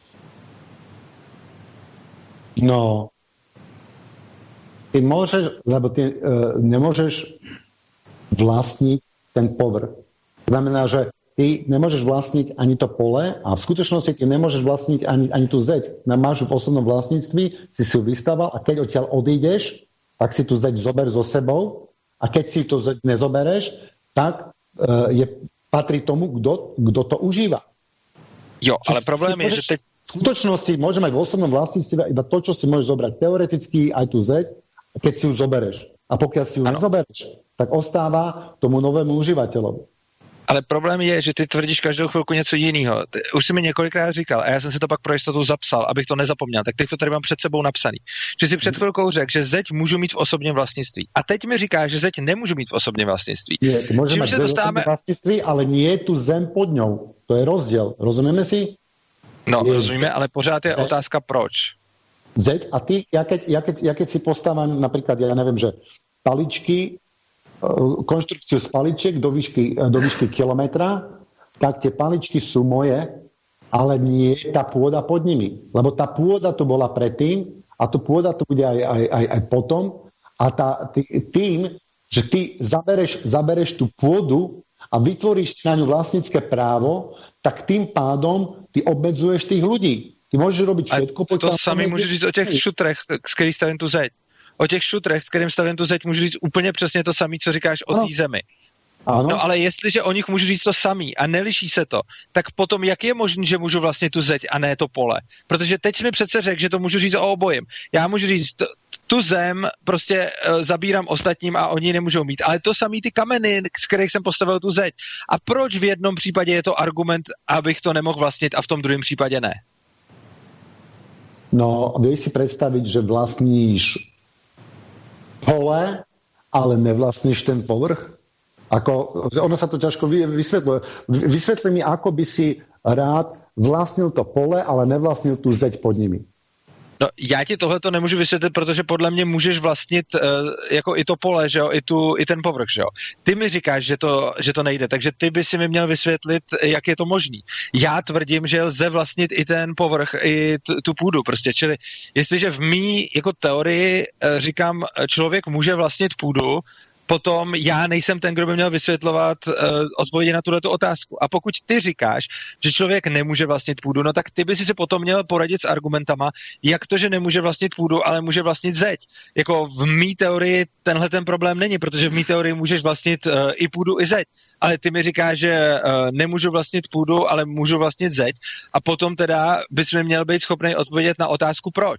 Speaker 1: No, ty môžeš, lebo ty uh, nemôžeš vlastniť ten povrch. Znamená, že ty nemôžeš vlastniť ani to pole a v skutočnosti ty nemôžeš vlastniť ani, ani tú zeď. Máš ju v osobnom vlastníctví, si si ju vystával a keď odtiaľ odídeš, tak si tú zeď zober so sebou a keď si tú zeď nezobereš, tak uh, je patrí tomu, kto, kto to užíva.
Speaker 2: Jo, ale Čiže problém je,
Speaker 1: môžeš,
Speaker 2: že teď...
Speaker 1: V skutočnosti môžeme mať v osobnom vlastníctve iba to, čo si môžeš zobrať teoreticky, aj tú zeď, keď si ju zobereš. A pokiaľ si ju ano. nezobereš, tak ostáva tomu novému užívateľovi.
Speaker 2: Ale problém je, že ty tvrdíš každou chvilku něco jiného. Už jsi mi několikrát říkal a já jsem si to pak pro jistotu zapsal, abych to nezapomněl. Tak teď to tady mám před sebou napsaný. Že si před chvilkou řekl, že zeď můžu mít v osobním vlastnictví. A teď mi říkáš, že zeď nemůžu mít v osobním vlastnictví.
Speaker 1: Nie, ty môžeš mať zeď dostáváme... v vlastnictví, ale nie je tu zem pod ňou. To je rozdiel. Rozumieme si?
Speaker 2: No,
Speaker 1: je
Speaker 2: rozumíme, ale pořád je zeď. Otázka proč.
Speaker 1: Zeď a ty, ja keď, ja keď, ja keď si postavám napríklad, ja neviem, že paličky, konštrukciu z paličiek do výšky, do výšky kilometra, tak tie paličky sú moje, ale nie je tá pôda pod nimi. Lebo tá pôda tu bola predtým a tu pôda tu bude aj, aj, aj, aj potom a tá, ty, tým, že ty zabereš, zabereš tú pôdu a vytvoríš si na ňu vlastnícke právo, tak tým pádom ty obmedzuješ tých ľudí. Ty môžeš robiť všetko.
Speaker 2: A to samý môžeš říct o těch šutrech, z kterých stavím tu zeď. O těch šutrech, s kterým stavím tu zeď, můžu říct úplně přesně to samé, co říkáš o té zemi.
Speaker 1: Ano.
Speaker 2: No ale jestliže o nich můžu říct to samý a neliší se to, tak potom jak je možné, že můžu vlastně tu zeď a ne to pole? Protože teď jsi mi přece řekl, že to můžu říct o obojem. Já můžu říct, t- tu zem prostě uh, zabírám ostatním a oni nemůžou mít. Ale to samý ty kameny, z kterých jsem postavil tu zeď. A proč v jednom případě je to argument, abych to nemohl vlastnit a v tom druhém případě ne?
Speaker 1: No, vieš si predstaviť, že vlastníš pole, ale nevlastníš ten povrch? Ako, ono sa to ťažko vysvetľuje. Vysvetli mi, ako by si rád vlastnil to pole, ale nevlastnil tú zeď pod nimi.
Speaker 2: No, já ti tohle to nemůžu vysvětlit, protože podle mě můžeš vlastnit uh, jako i to pole, že jo, i, tu, i ten povrch, že jo. Ty mi říkáš, že to, že to nejde, takže ty by si mi měl vysvětlit, jak je to možný. Já tvrdím, že lze vlastnit i ten povrch, i t, tu půdu prostě, čili jestliže v mý jako teorii uh, říkám, člověk může vlastnit půdu, potom já nejsem ten, kdo by měl vysvětlovat uh, odpovědi na tuhletu otázku. A pokud ty říkáš, že člověk nemůže vlastnit půdu, no tak ty by si se potom měl poradit s argumentama, jak to, že nemůže vlastnit půdu, ale může vlastnit zeď. Jako v mý teorii tenhle ten problém není, protože v mý teorii můžeš vlastnit uh, i půdu, i zeď. Ale ty mi říkáš, že uh, nemůžu vlastnit půdu, ale můžu vlastnit zeď. A potom teda bys mi měl být schopný odpovědět na otázku proč.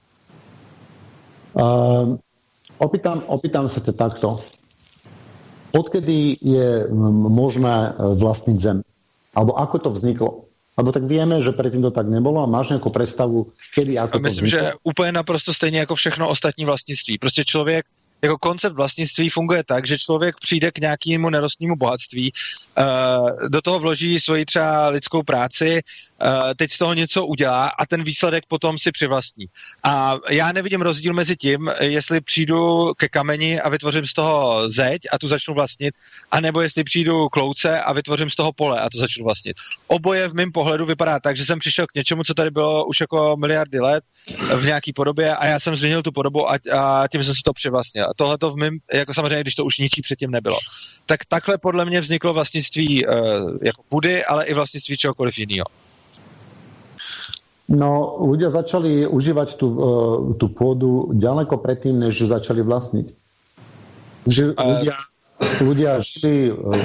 Speaker 1: Uh, opýtam, opýtam sa ťa takto. Odkedy je možné vlastniť zem? Alebo ako to vzniklo? Lebo tak vieme, že predtým to tak nebolo a máš nejakú predstavu, kedy ako to
Speaker 2: Myslím,
Speaker 1: vzniklo?
Speaker 2: že úplně naprosto stejně jako všechno ostatní vlastnictví. Prostě člověk, jako koncept vlastnictví funguje tak, že člověk přijde k nějakému nerostnému bohatství, uh, do toho vloží svoji třeba lidskou práci, uh, teď z toho něco udělá a ten výsledek potom si přivlastní. A já nevidím rozdíl mezi tím, jestli přijdu ke kameni a vytvořím z toho zeď a tu začnu vlastnit, anebo jestli přijdu k louce a vytvořím z toho pole a to začnu vlastnit. Oboje v mém pohledu vypadá tak, že jsem přišel k něčemu, co tady bylo už jako miliardy let v nějaký podobě a já jsem změnil tu podobu a, a tím jsem si to přivlastnil. A tohle to v mém, jako samozřejmě, když to už ničí předtím nebylo. Tak takhle podle mě vzniklo vlastnictví uh, jako půdy, ale i vlastnictví čehokoliv jiného.
Speaker 1: No, ľudia začali užívať tú, uh, tú pôdu ďaleko predtým, než začali vlastniť. Že ľudia, ľudia žili uh,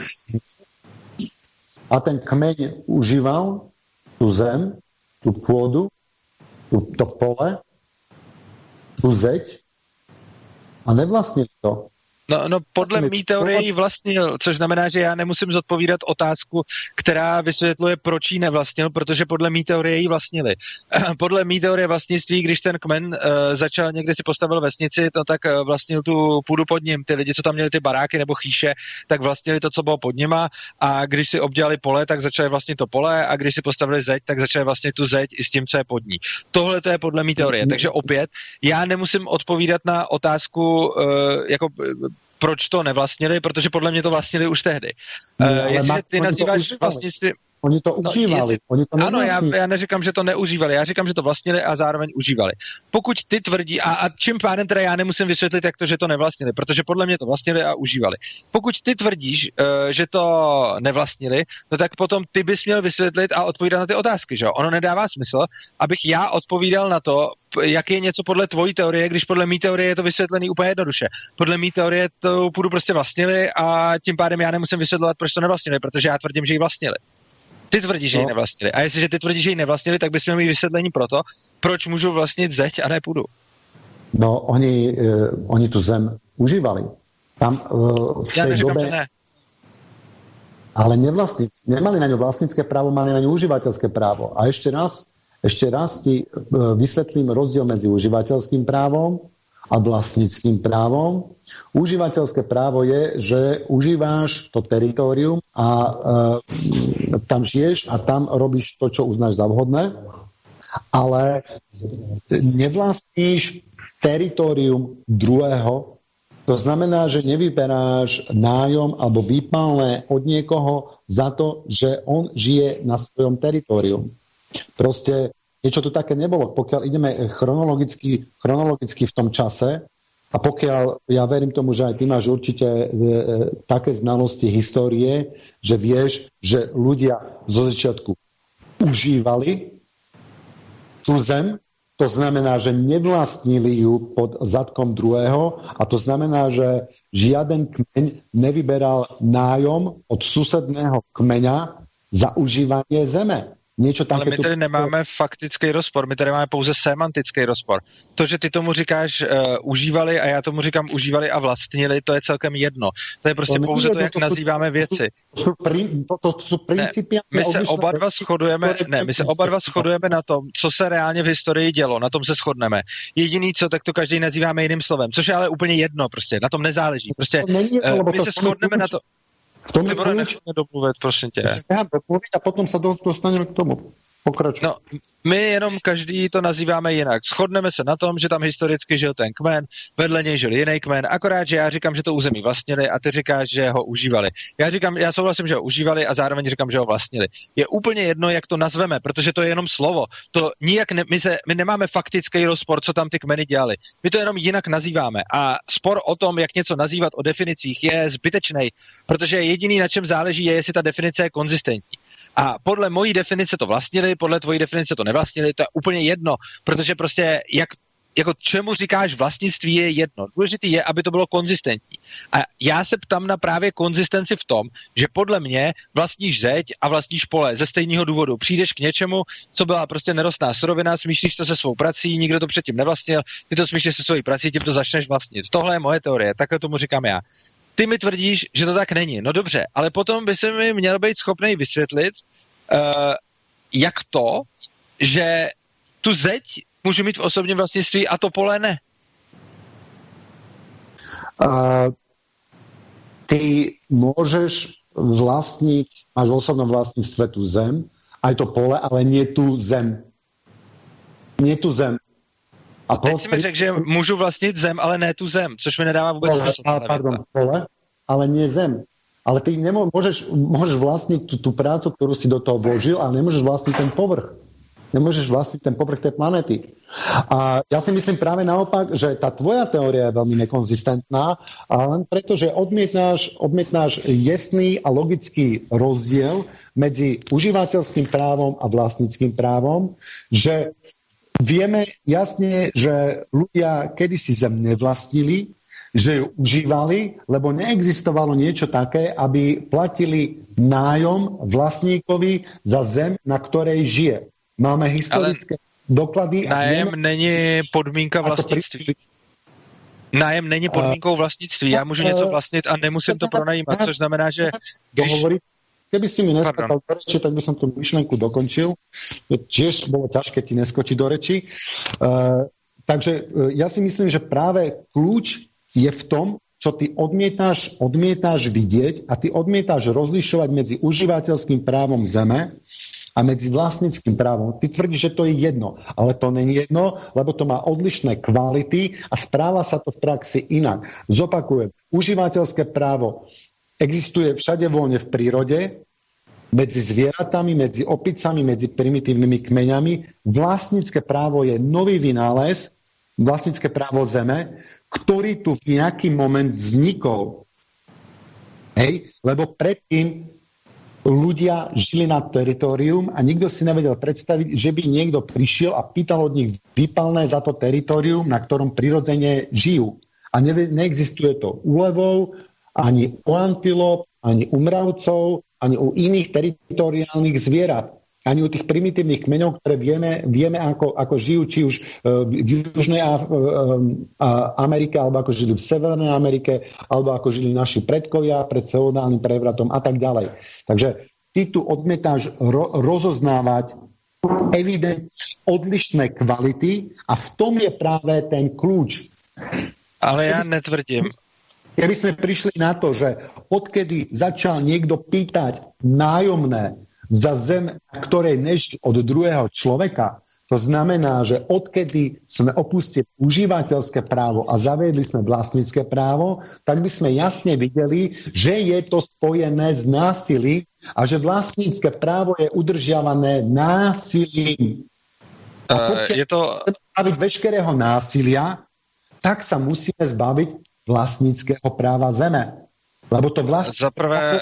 Speaker 1: a ten kmeň užíval tú zem, tú pôdu, tú, to pole, tú zeď a nevlastnili to.
Speaker 2: No, no podle mý teorie ji vlastnil, což znamená, že já nemusím zodpovídat otázku, která vysvětluje, proč ji nevlastnil, protože podle mý teorie ji vlastnili. Podle mý teorie vlastnictví, když ten kmen uh, začal někde si postavil vesnici, to tak uh, vlastnil tu půdu pod ním. Ty lidi, co tam měli ty baráky nebo chýše, tak vlastnili to, co bylo pod nima a když si obdělali pole, tak začali vlastnit to pole a když si postavili zeď, tak začali vlastnit tu zeď i s tím, co je pod ní. Tohle to je podle mý teorie. Takže opět, já nemusím odpovídat na otázku uh, jako proč to nevlastnili, protože podle mě to vlastnili už tehdy.
Speaker 1: No,
Speaker 2: uh, jestliže ty nazýváš vlastnictví...
Speaker 1: Oni to užívali. No, jestli, oni to
Speaker 2: ano, já, já neříkám, že to neužívali, já říkám, že to vlastnili a zároveň užívali. Pokud ty tvrdí, a, a čím pádem teda já nemusím vysvětlit, jak to, že to nevlastnili, protože podle mě to vlastnili a užívali. Pokud ty tvrdíš, uh, že to nevlastnili, no tak potom ty bys měl vysvětlit a odpovídat na ty otázky, že jo? Ono nedává smysl, abych já odpovídal na to, jak je něco podle tvojí teorie, když podle mý teorie je to vysvětlený úplně jednoduše. Podle mý teorie to půdu prostě vlastnili a tím pádem já nemusím vysvětlovat, proč to nevlastnili, protože já tvrdím, že ji vlastnili. Ty tvrdíš, že ji nevlastnili. A jestliže ty tvrdíš, že ji nevlastnili, tak bys měl mít vysvětlení pro to, proč můžu vlastnit zeď a ne půdu.
Speaker 1: No, oni, uh, oni tu zem užívali. Tam uh, v
Speaker 2: Já
Speaker 1: tej
Speaker 2: neříkám,
Speaker 1: dobe...
Speaker 2: že ne.
Speaker 1: Ale nevlastní, nemali na ňu vlastnické právo, mali na ňu užívateľské právo. A ešte raz, ešte raz ti uh, vysvetlím rozdiel medzi užívateľským právom a vlastnickým právom. Užívateľské právo je, že užíváš to teritorium a e, tam žiješ a tam robíš to, čo uznáš za vhodné, ale nevlastníš teritorium druhého. To znamená, že nevyberáš nájom alebo výpalné od niekoho za to, že on žije na svojom teritorium. Proste niečo tu také nebolo. Pokiaľ ideme chronologicky, chronologicky v tom čase a pokiaľ ja verím tomu, že aj ty máš určite e, také znalosti histórie, že vieš, že ľudia zo začiatku užívali tú zem, to znamená, že nevlastnili ju pod zadkom druhého a to znamená, že žiaden kmeň nevyberal nájom od susedného kmeňa za užívanie zeme. Niečo
Speaker 2: ale my tady tu... nemáme faktický rozpor, my tady máme pouze semantický rozpor. To, že ty tomu říkáš uh, užívali a já tomu říkám užívali a vlastnili, to je celkem jedno. To je prostě to pouze to, jak to, nazýváme věci.
Speaker 1: To jsou, to, to jsou principy.
Speaker 2: Ne, my se oba dva shodujeme, ne, my se oba dva shodujeme na tom, co se reálně v historii dělo, na tom se shodneme. Jediný co, tak to každý nazýváme jiným slovem, což je ale úplně jedno, prostě, na tom nezáleží. Prostě uh, my se shodneme na to.
Speaker 1: V tom
Speaker 2: Nebo nechceme domluvit, prosím tě.
Speaker 1: Nechám domluvit a potom sa dostaneme k tomu. Pokračuj.
Speaker 2: No, my jenom každý to nazýváme jinak. Shodneme se na tom, že tam historicky žil ten kmen, vedle něj žil jiný kmen, akorát, že já říkám, že to území vlastnili a ty říkáš, že ho užívali. Já říkám, já souhlasím, že ho užívali a zároveň říkám, že ho vlastnili. Je úplně jedno, jak to nazveme, protože to je jenom slovo. To nijak ne, my, se, my nemáme faktický rozpor, co tam ty kmeny dělali. My to jenom jinak nazýváme. A spor o tom, jak něco nazývat o definicích, je zbytečný, protože jediný, na čem záleží, je, jestli ta definice je konzistentní. A podle mojí definice to vlastnili, podle tvojí definice to nevlastnili, to je úplně jedno, protože prostě jak, jako čemu říkáš vlastnictví je jedno. Důležitý je, aby to bylo konzistentní. A já se ptám na právě konzistenci v tom, že podle mě vlastníš zeď a vlastníš pole ze stejného důvodu. Přijdeš k něčemu, co byla prostě nerostná surovina, smíšíš to se svou prací, nikdo to předtím nevlastnil, ty to smíšíš se svojí prací, tím to začneš vlastnit. Tohle je moje teorie, takhle tomu říkám já. Ty mi tvrdíš, že to tak není. No dobře, ale potom by se mi měl být schopný vysvětlit, uh, jak to, že tu zeď můžu mít v osobním vlastnictví a to pole ne.
Speaker 1: Uh, ty môžeš vlastniť, máš v osobnom vlastníctve tú zem, aj to pole, ale nie tú zem. Nie tú zem.
Speaker 2: A teď si mi řekl, že můžu vlastnit zem, ale ne tu zem, což mi nedává vůbec smysl.
Speaker 1: Pardon, pole, ale nie zem. Ale ty nemô, môžeš, môžeš vlastniť tú, tú prácu, ktorú si do toho vložil, ale nemôžeš vlastniť ten povrch. Nemôžeš vlastniť ten povrch tej planety. A ja si myslím práve naopak, že tá tvoja teória je veľmi nekonzistentná, a len preto, že odmietnáš, odmietnáš jasný a logický rozdiel medzi užívateľským právom a vlastníckým právom, že vieme jasne, že ľudia kedysi zem nevlastnili, že ju užívali, lebo neexistovalo niečo také, aby platili nájom vlastníkovi za zem, na ktorej žije. Máme historické ale doklady.
Speaker 2: Nájem vieme, není podmínka vlastnictví. Nájem není podmínkou vlastnictví. Já můžu něco vlastnit a nemusím to pronajímat, což znamená, že...
Speaker 1: Dohovorí. Keby si mi neskakal do reči, tak by som tú myšlenku dokončil. Tiež bolo ťažké ti neskočiť do reči. Uh, takže uh, ja si myslím, že práve kľúč je v tom, čo ty odmietáš, odmietáš vidieť a ty odmietáš rozlišovať medzi užívateľským právom zeme a medzi vlastníckým právom. Ty tvrdíš, že to je jedno, ale to není jedno, lebo to má odlišné kvality a správa sa to v praxi inak. Zopakujem, užívateľské právo existuje všade voľne v prírode, medzi zvieratami, medzi opicami, medzi primitívnymi kmeňami. Vlastnícke právo je nový vynález, vlastnícke právo zeme, ktorý tu v nejaký moment vznikol. Hej? Lebo predtým ľudia žili na teritorium a nikto si nevedel predstaviť, že by niekto prišiel a pýtal od nich výpalné za to teritorium, na ktorom prirodzene žijú. A ne, neexistuje to u levov, ani u antilop, ani u mravcov, ani u iných teritoriálnych zvierat. Ani u tých primitívnych kmeňov, ktoré vieme, vieme ako, ako žijú, či už v Južnej Amerike, alebo ako žili v Severnej Amerike, alebo ako žili naši predkovia pred feudálnym prevratom a tak ďalej. Takže ty tu odmietáš ro- rozoznávať evidentne odlišné kvality a v tom je práve ten kľúč.
Speaker 2: Ale ja netvrdím.
Speaker 1: Keby sme prišli na to, že odkedy začal niekto pýtať nájomné za zem, na ktorej neží od druhého človeka, to znamená, že odkedy sme opustili užívateľské právo a zaviedli sme vlastnícke právo, tak by sme jasne videli, že je to spojené s násilím a že vlastnícke právo je udržiavané násilím. A pokiaľ uh, je to... zbaviť veškerého násilia, tak sa musíme zbaviť vlastníckeho práva zeme. Lebo to vlastnícke
Speaker 2: Zaprvé,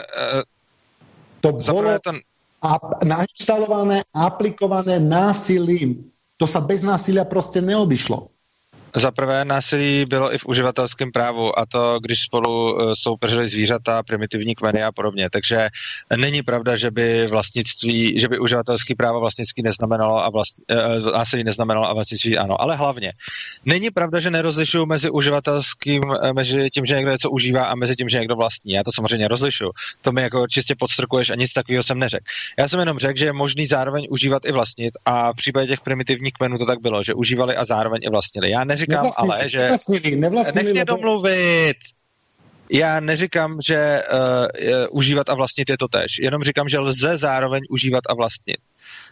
Speaker 1: to bolo to... a nainštalované, aplikované násilím. To sa bez násilia proste neobyšlo.
Speaker 2: Za prvé násilí bylo i v uživatelském právu a to, když spolu soupeřili zvířata, primitivní kmeny a podobně. Takže není pravda, že by vlastnictví, že by uživatelské právo vlastnictví neznamenalo a vlast, eh, násilí neznamenalo a vlastnictví ano. Ale hlavně, není pravda, že nerozlišuju mezi uživatelským, mezi tím, že někdo něco užívá a mezi tím, že někdo vlastní. Já to samozřejmě rozlišuju. To mi jako čistě podstrkuješ a nic takového jsem neřekl. Já jsem jenom řekl, že je možný zároveň užívat i vlastnit a v případě těch primitivních kmenů to tak bylo, že užívali a zároveň i vlastnili. Já neříkám, nevlastnili, ale že...
Speaker 1: Nevlastnili, nevlastnili,
Speaker 2: nech mě
Speaker 1: lebo...
Speaker 2: domluvit. Já neříkám, že uh, užívat a vlastnit je to též. Jenom říkám, že lze zároveň užívat a vlastnit.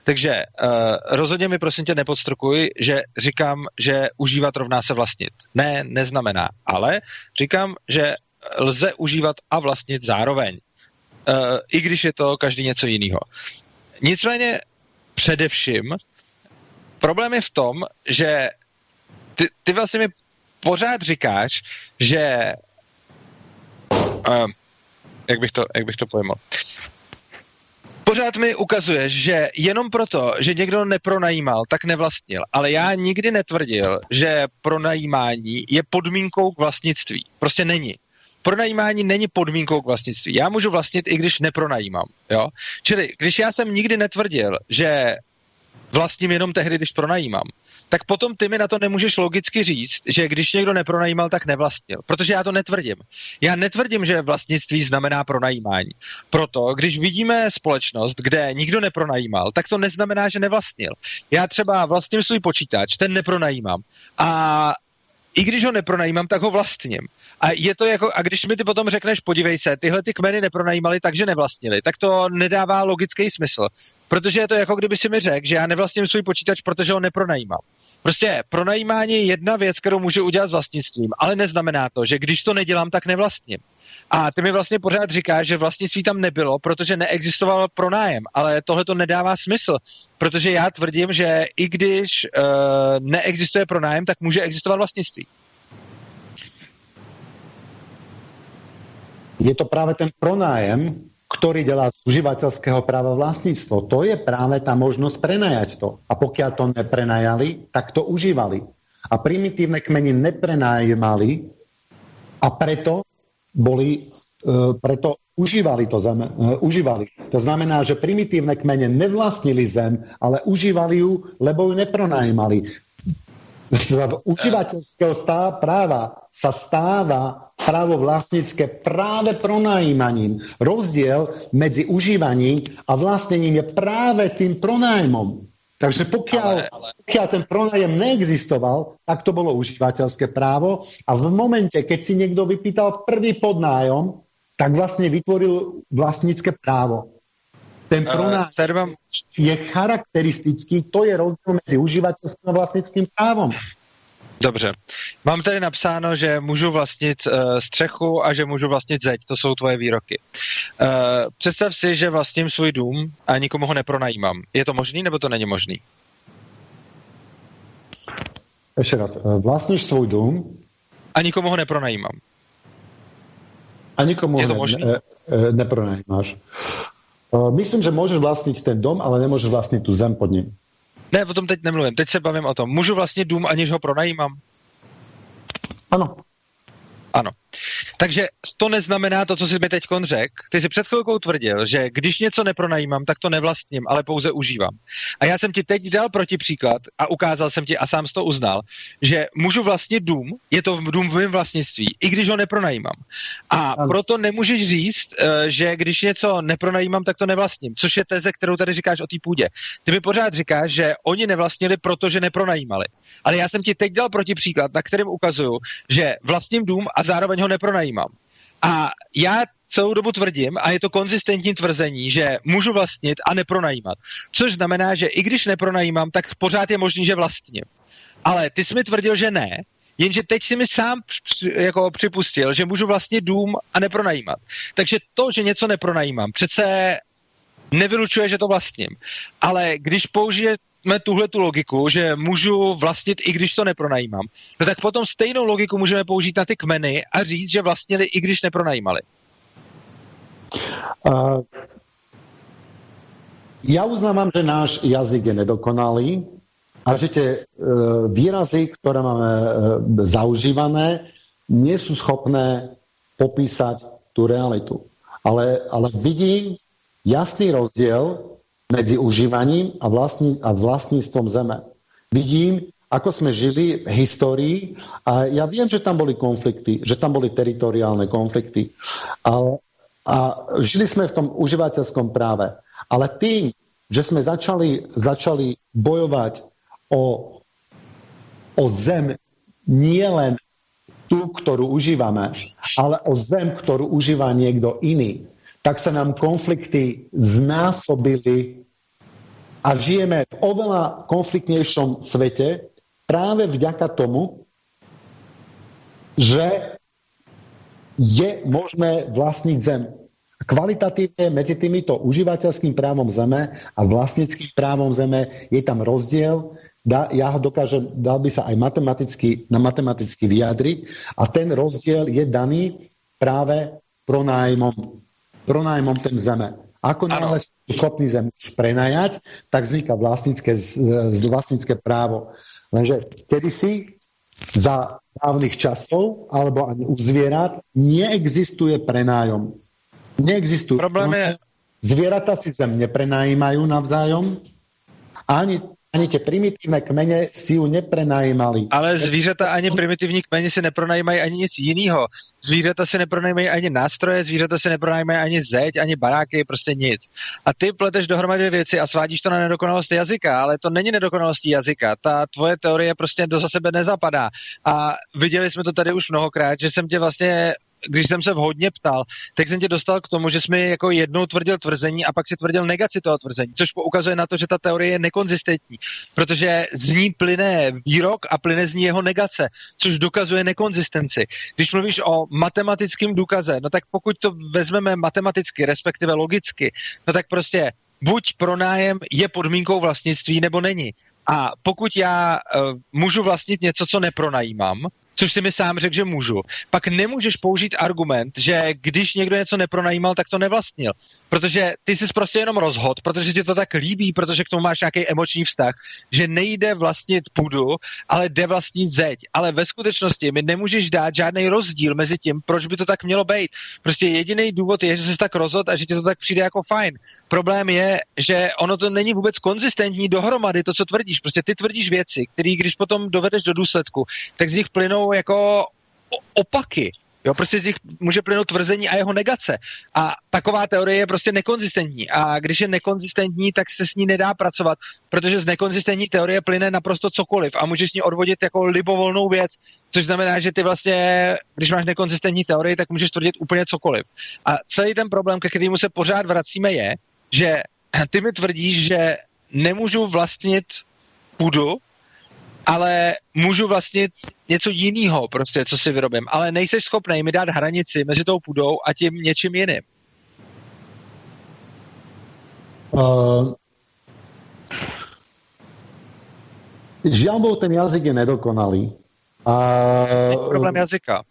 Speaker 2: Takže uh, rozhodně mi prosím tě nepodstrukuj, že říkám, že užívat rovná se vlastnit. Ne, neznamená. Ale říkám, že lze užívat a vlastnit zároveň. Uh, I když je to každý něco jiného. Nicméně především problém je v tom, že ty, ty vlastně mi pořád říkáš, že uh, jak bych to, jak bych to pojmoval. Pořád mi ukazuješ, že jenom proto, že někdo nepronajímal, tak nevlastnil. Ale já nikdy netvrdil, že pronajímání je podmínkou k vlastnictví. Prostě není. Pronajímání není podmínkou k vlastnictví. Já můžu vlastnit, i když nepronajímám. Jo? Čili, když já jsem nikdy netvrdil, že vlastním jenom tehdy, když pronajímám, tak potom ty mi na to nemůžeš logicky říct, že když někdo nepronajímal, tak nevlastnil. Protože já to netvrdím. Já netvrdím, že vlastnictví znamená pronajímání. Proto, když vidíme společnost, kde nikdo nepronajímal, tak to neznamená, že nevlastnil. Já třeba vlastním svůj počítač, ten nepronajímám. A i když ho nepronajímám, tak ho vlastním. A je to jako, a když mi ty potom řekneš, podívej se, tyhle ty kmeny nepronajímali, takže nevlastnili, tak to nedává logický smysl. Protože je to jako kdyby si mi řekl, že já nevlastním svůj počítač, protože ho nepronajímám. Prostě pronajímání je jedna věc, kterou můžu udělat s vlastnictvím, ale neznamená to, že když to nedělám, tak nevlastním. A ty mi vlastně pořád říkáš, že vlastnictví tam nebylo, protože neexistoval pronájem, ale tohle to nedává smysl, protože já tvrdím, že i když uh, neexistuje pronájem, tak může existovat vlastnictví.
Speaker 1: Je to práve ten pronájem, ktorý delá z užívateľského práva vlastníctvo. To je práve tá možnosť prenajať to. A pokiaľ to neprenajali, tak to užívali. A primitívne kmeny neprenajímali a preto boli, uh, preto užívali to zem, uh, užívali. To znamená, že primitívne kmene nevlastnili zem, ale užívali ju, lebo ju nepronajímali. Z užívateľského práva sa stáva právo vlastnícke práve pronajímaním. Rozdiel medzi užívaním a vlastnením je práve tým pronájmom. Takže pokiaľ, ale, ale... pokiaľ ten pronájem neexistoval, tak to bolo užívateľské právo a v momente, keď si niekto vypýtal prvý podnájom, tak vlastne vytvoril vlastnícke právo. Ten pronájem je charakteristický, to je rozdíl mezi uživatelským a vlastnickým právem.
Speaker 2: Dobře. Mám tady napsáno, že můžu vlastnit uh, střechu a že můžu vlastnit zeď. To jsou tvoje výroky. Uh, představ si, že vlastním svůj dům a nikomu ho nepronajímám. Je to možný, nebo to není možný?
Speaker 1: Ještě raz. Vlastníš svůj dům
Speaker 2: a nikomu ho nepronajímám.
Speaker 1: A nikomu
Speaker 2: je
Speaker 1: ho
Speaker 2: to
Speaker 1: ne, ne, nepronajímáš. Myslím, že můžeš vlastnit ten dom, ale nemůžeš vlastnit tu zem pod ním.
Speaker 2: Ne, o tom teď nemluvím. Teď se bavím o tom. Můžu vlastnit dům, aniž ho pronajímám?
Speaker 1: Ano.
Speaker 2: Ano. Takže to neznamená to, co jsi mi teď řekl. Ty jsi před chvilkou tvrdil, že když něco nepronajímám, tak to nevlastním, ale pouze užívám. A já jsem ti teď dal protipříklad a ukázal jsem ti a sám jsi to uznal, že můžu vlastnit dům, je to dům v mém vlastnictví, i když ho nepronajímám. A ano. Proto nemůžeš říct, že když něco nepronajímám, tak to nevlastním, což je teze, kterou tady říkáš o té půdě. Ty mi pořád říkáš, že oni nevlastnili, protože nepronajímali. Ale já jsem ti teď dal protipříklad, na kterém ukazuju, že vlastním dům a zároveň ho nepronajímám. A já celou dobu tvrdím, a je to konzistentní tvrzení, že můžu vlastnit a nepronajímat. Což znamená, že i když nepronajímám, tak pořád je možný, že vlastním. Ale ty jsi mi tvrdil, že ne, jenže teď si mi sám jako připustil, že můžu vlastnit dům a nepronajímat. Takže to, že něco nepronajímám, přece nevylučuje, že to vlastním. Ale když použije tuhle tu logiku, že můžu vlastnit, i když to nepronajímám, no tak potom stejnou logiku můžeme použít na ty kmeny a říct, že vlastnili, i když nepronajímali.
Speaker 1: Uh, ja uznávam, že náš jazyk je nedokonalý a že tie uh, výrazy, ktoré máme uh, zaužívané, nie sú schopné popísať tú realitu. Ale, ale vidím jasný rozdiel medzi užívaním a, vlastní, a vlastníctvom zeme. Vidím, ako sme žili v histórii a ja viem, že tam boli konflikty, že tam boli teritoriálne konflikty. A, a žili sme v tom užívateľskom práve. Ale tým, že sme začali, začali bojovať o, o zem nie len tú, ktorú užívame, ale o zem, ktorú užíva niekto iný, tak sa nám konflikty znásobili a žijeme v oveľa konfliktnejšom svete práve vďaka tomu, že je možné vlastniť zem. Kvalitatívne medzi týmito užívateľským právom zeme a vlastníckým právom zeme je tam rozdiel. Dá, ja ho dokážem, dal by sa aj matematicky, na matematicky vyjadriť a ten rozdiel je daný práve pronájmom, pronájmom ten zeme. Ako náhle sú schopní zem už prenajať, tak vzniká vlastnícke, vlastnícke právo. Lenže kedysi za dávnych časov alebo ani u zvierat neexistuje prenájom. Neexistuje.
Speaker 2: Problém je...
Speaker 1: Zvieratá si zem neprenajímajú navzájom, ani, ani tie primitívne kmene si ju neprenajímali.
Speaker 2: Ale zvířata ani primitivní kmeni si nepronajímají ani nic jiného. Zvířata si nepronajímají ani nástroje, zvířata si nepronajímají ani zeď, ani baráky, prostě nic. A ty pleteš dohromady věci a svádíš to na nedokonalost jazyka, ale to není nedokonalostí jazyka. Ta tvoje teorie prostě do za sebe nezapadá. A viděli jsme to tady už mnohokrát, že jsem tě vlastně když jsem se vhodně ptal, tak jsem tě dostal k tomu, že jsi mi jako jednou tvrdil tvrzení a pak si tvrdil negaci toho tvrzení, což poukazuje na to, že ta teorie je nekonzistentní, protože z ní plyne výrok a plyne z ní jeho negace, což dokazuje nekonzistenci. Když mluvíš o matematickém důkaze, no tak pokud to vezmeme matematicky, respektive logicky, no tak prostě buď pronájem je podmínkou vlastnictví, nebo není. A pokud já uh, můžu vlastnit něco, co nepronajímám, což si mi sám řekl, že můžu, pak nemůžeš použít argument, že když někdo něco nepronajímal, tak to nevlastnil. Protože ty jsi prostě jenom rozhod, protože ti to tak líbí, protože k tomu máš nějaký emoční vztah, že nejde vlastnit půdu, ale jde vlastnit zeď. Ale ve skutečnosti mi nemůžeš dát žádný rozdíl mezi tím, proč by to tak mělo být. Prostě jediný důvod je, že jsi tak rozhod a že ti to tak přijde jako fajn. Problém je, že ono to není vůbec konzistentní dohromady, to, co tvrdíš. Prostě ty tvrdíš věci, které když potom dovedeš do důsledku, tak z nich plynou jako opaky. Jo, prostě z nich může plynout tvrzení a jeho negace. A taková teorie je prostě nekonzistentní. A když je nekonzistentní, tak se s ní nedá pracovat, protože z nekonzistentní teorie plyne naprosto cokoliv a můžeš s ní odvodit jako libovolnou věc, což znamená, že ty vlastně, když máš nekonzistentní teorii, tak můžeš tvrdit úplně cokoliv. A celý ten problém, ke kterému se pořád vracíme, je, že ty mi tvrdíš, že nemůžu vlastnit půdu, ale můžu vlastnit něco jiného, prostě, co si vyrobím. Ale nejseš schopnej mi dát hranici mezi tou půdou a tím něčím jiným.
Speaker 1: Uh, žiaľ Bohu, ten jazyk je nedokonalý. Uh,
Speaker 2: je problém jazyka.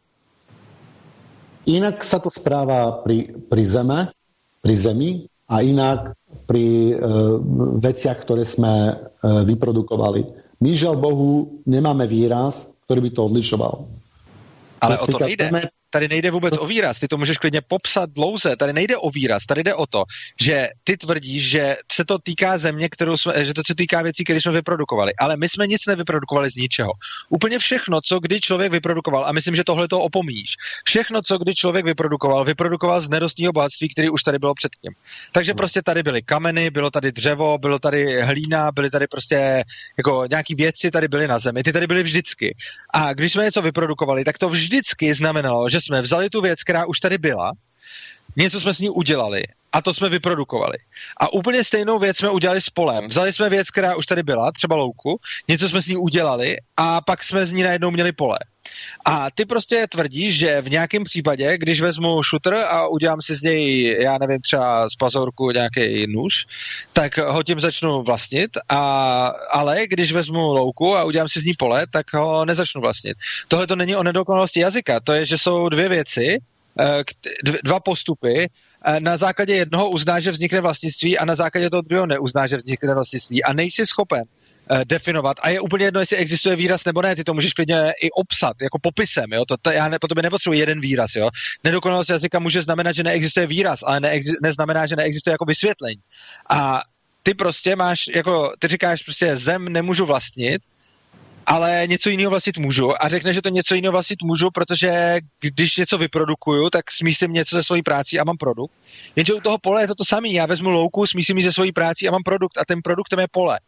Speaker 1: Inak sa to správa pri, pri zeme, pri zemi a inak pri uh, veciach, ktoré sme uh, vyprodukovali. My, žiaľ Bohu, nemáme výraz, ktorý by to odlišoval.
Speaker 2: Ale o to nejde. Tady nejde vůbec o výraz, ty to můžeš klidně popsat dlouze, tady nejde o výraz, tady jde o to, že ty tvrdíš, že se to týká země, kterou jsme, že to se týká věcí, které jsme vyprodukovali, ale my jsme nic nevyprodukovali z ničeho. Úplně všechno, co kdy člověk vyprodukoval, a myslím, že tohle to opomíjíš, všechno, co kdy člověk vyprodukoval, vyprodukoval z nerostního bohatství, který už tady bylo předtím. Takže prostě tady byly kameny, bylo tady dřevo, bylo tady hlína, byly tady prostě jako nějaký věci tady byly na zemi, ty tady byly vždycky. A když jsme něco vyprodukovali, tak to vždycky znamenalo, že jsme vzali tu věc, která už tady byla, něco jsme s ní udělali a to jsme vyprodukovali. A úplně stejnou věc jsme udělali s polem. Vzali jsme věc, která už tady byla, třeba louku, něco jsme s ní udělali a pak jsme z ní najednou měli pole. A ty prostě tvrdíš, že v nějakém případě, když vezmu šutr a udělám si z něj, já nevím, třeba z pazorku nějaký nůž, tak ho tím začnu vlastnit, a, ale když vezmu louku a udělám si z ní pole, tak ho nezačnu vlastnit. Tohle to není o nedokonalosti jazyka, to je, že jsou dvě věci, dva postupy, na základě jednoho uzná, že vznikne vlastnictví a na základě toho druhého neuzná, že vznikne vlastnictví a nejsi schopen definovat. A je úplně jedno, jestli existuje výraz nebo ne, ty to můžeš klidně i obsat, jako popisem, jo, to, to já ne, po tobě nepotřebuji jeden výraz, jo. Nedokonalost jazyka může znamenat, že neexistuje výraz, ale neexi, neznamená, že neexistuje jako vysvětlení. A ty prostě máš, jako, ty říkáš prostě zem nemůžu vlastnit, ale něco jiného vlastnit můžu a řekne, že to něco jiného vlastnit můžu, protože když něco vyprodukuju, tak smísím něco ze svojí práci a mám produkt. Jenže u toho pole je to to samé. Já vezmu louku, smísím ji ze svojí práci a mám produkt a ten produktem je pole.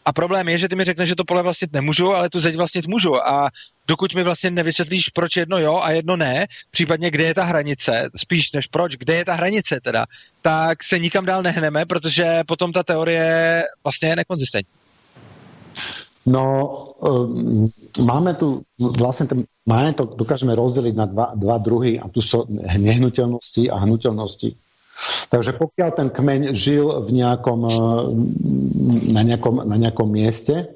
Speaker 2: A problém je, že ty mi řekneš, že to pole vlastnit nemůžu, ale tu zeď vlastnit můžu. A dokud mi vlastně nevysvětlíš, proč jedno jo a jedno ne, případně kde je ta hranice, spíš než proč, kde je ta hranice teda, tak se nikam dál nehneme, protože potom ta teorie vlastně je nekonzistentní.
Speaker 1: No, um, máme tu, vlastne ten majetok dokážeme rozdeliť na dva, dva druhy, a tu sú nehnuteľnosti a hnuteľnosti. Takže pokiaľ ten kmeň žil v nejakom, na, nejakom, na nejakom mieste,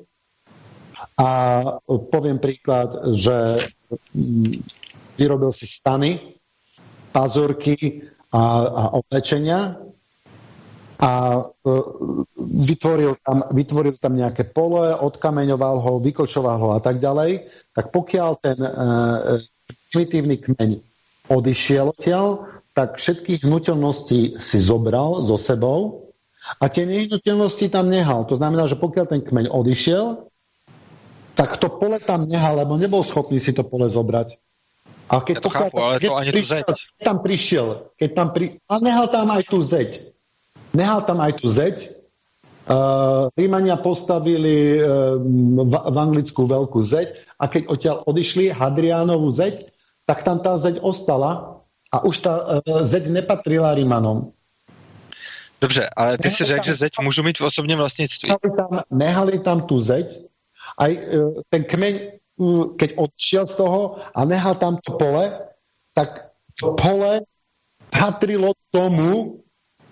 Speaker 1: a poviem príklad, že vyrobil si stany, pazurky a, a oblečenia, a vytvoril tam, vytvoril tam nejaké pole, odkameňoval ho, vyklčoval ho a tak ďalej, tak pokiaľ ten e, primitívny kmeň odišiel odtiaľ, tak všetkých hnuteľností si zobral so sebou a tie nehnuteľnosti tam nehal. To znamená, že pokiaľ ten kmeň odišiel, tak to pole tam nehal, lebo nebol schopný si to pole zobrať. A keď,
Speaker 2: ja to
Speaker 1: pokiaľ,
Speaker 2: chápu, ale
Speaker 1: keď,
Speaker 2: to ani
Speaker 1: prišiel, keď tam prišiel, keď tam pri... a nehal tam aj tú zeď. Nehal tam aj tú zeď. Uh, Rímania postavili uh, v, v Anglicku veľkú zeď a keď odtiaľ odišli Hadriánovú zeď, tak tam tá zeď ostala a už tá uh, zeď nepatrila Rímanom.
Speaker 2: Dobře, ale ty nehali si řekl, že zeď můžu mít v osobním vlastnictví.
Speaker 1: Nehali tam, nehali tam tú zeď. Aj uh, ten kmeň, uh, keď odišiel z toho a nehal tam to pole, tak to pole patrilo tomu,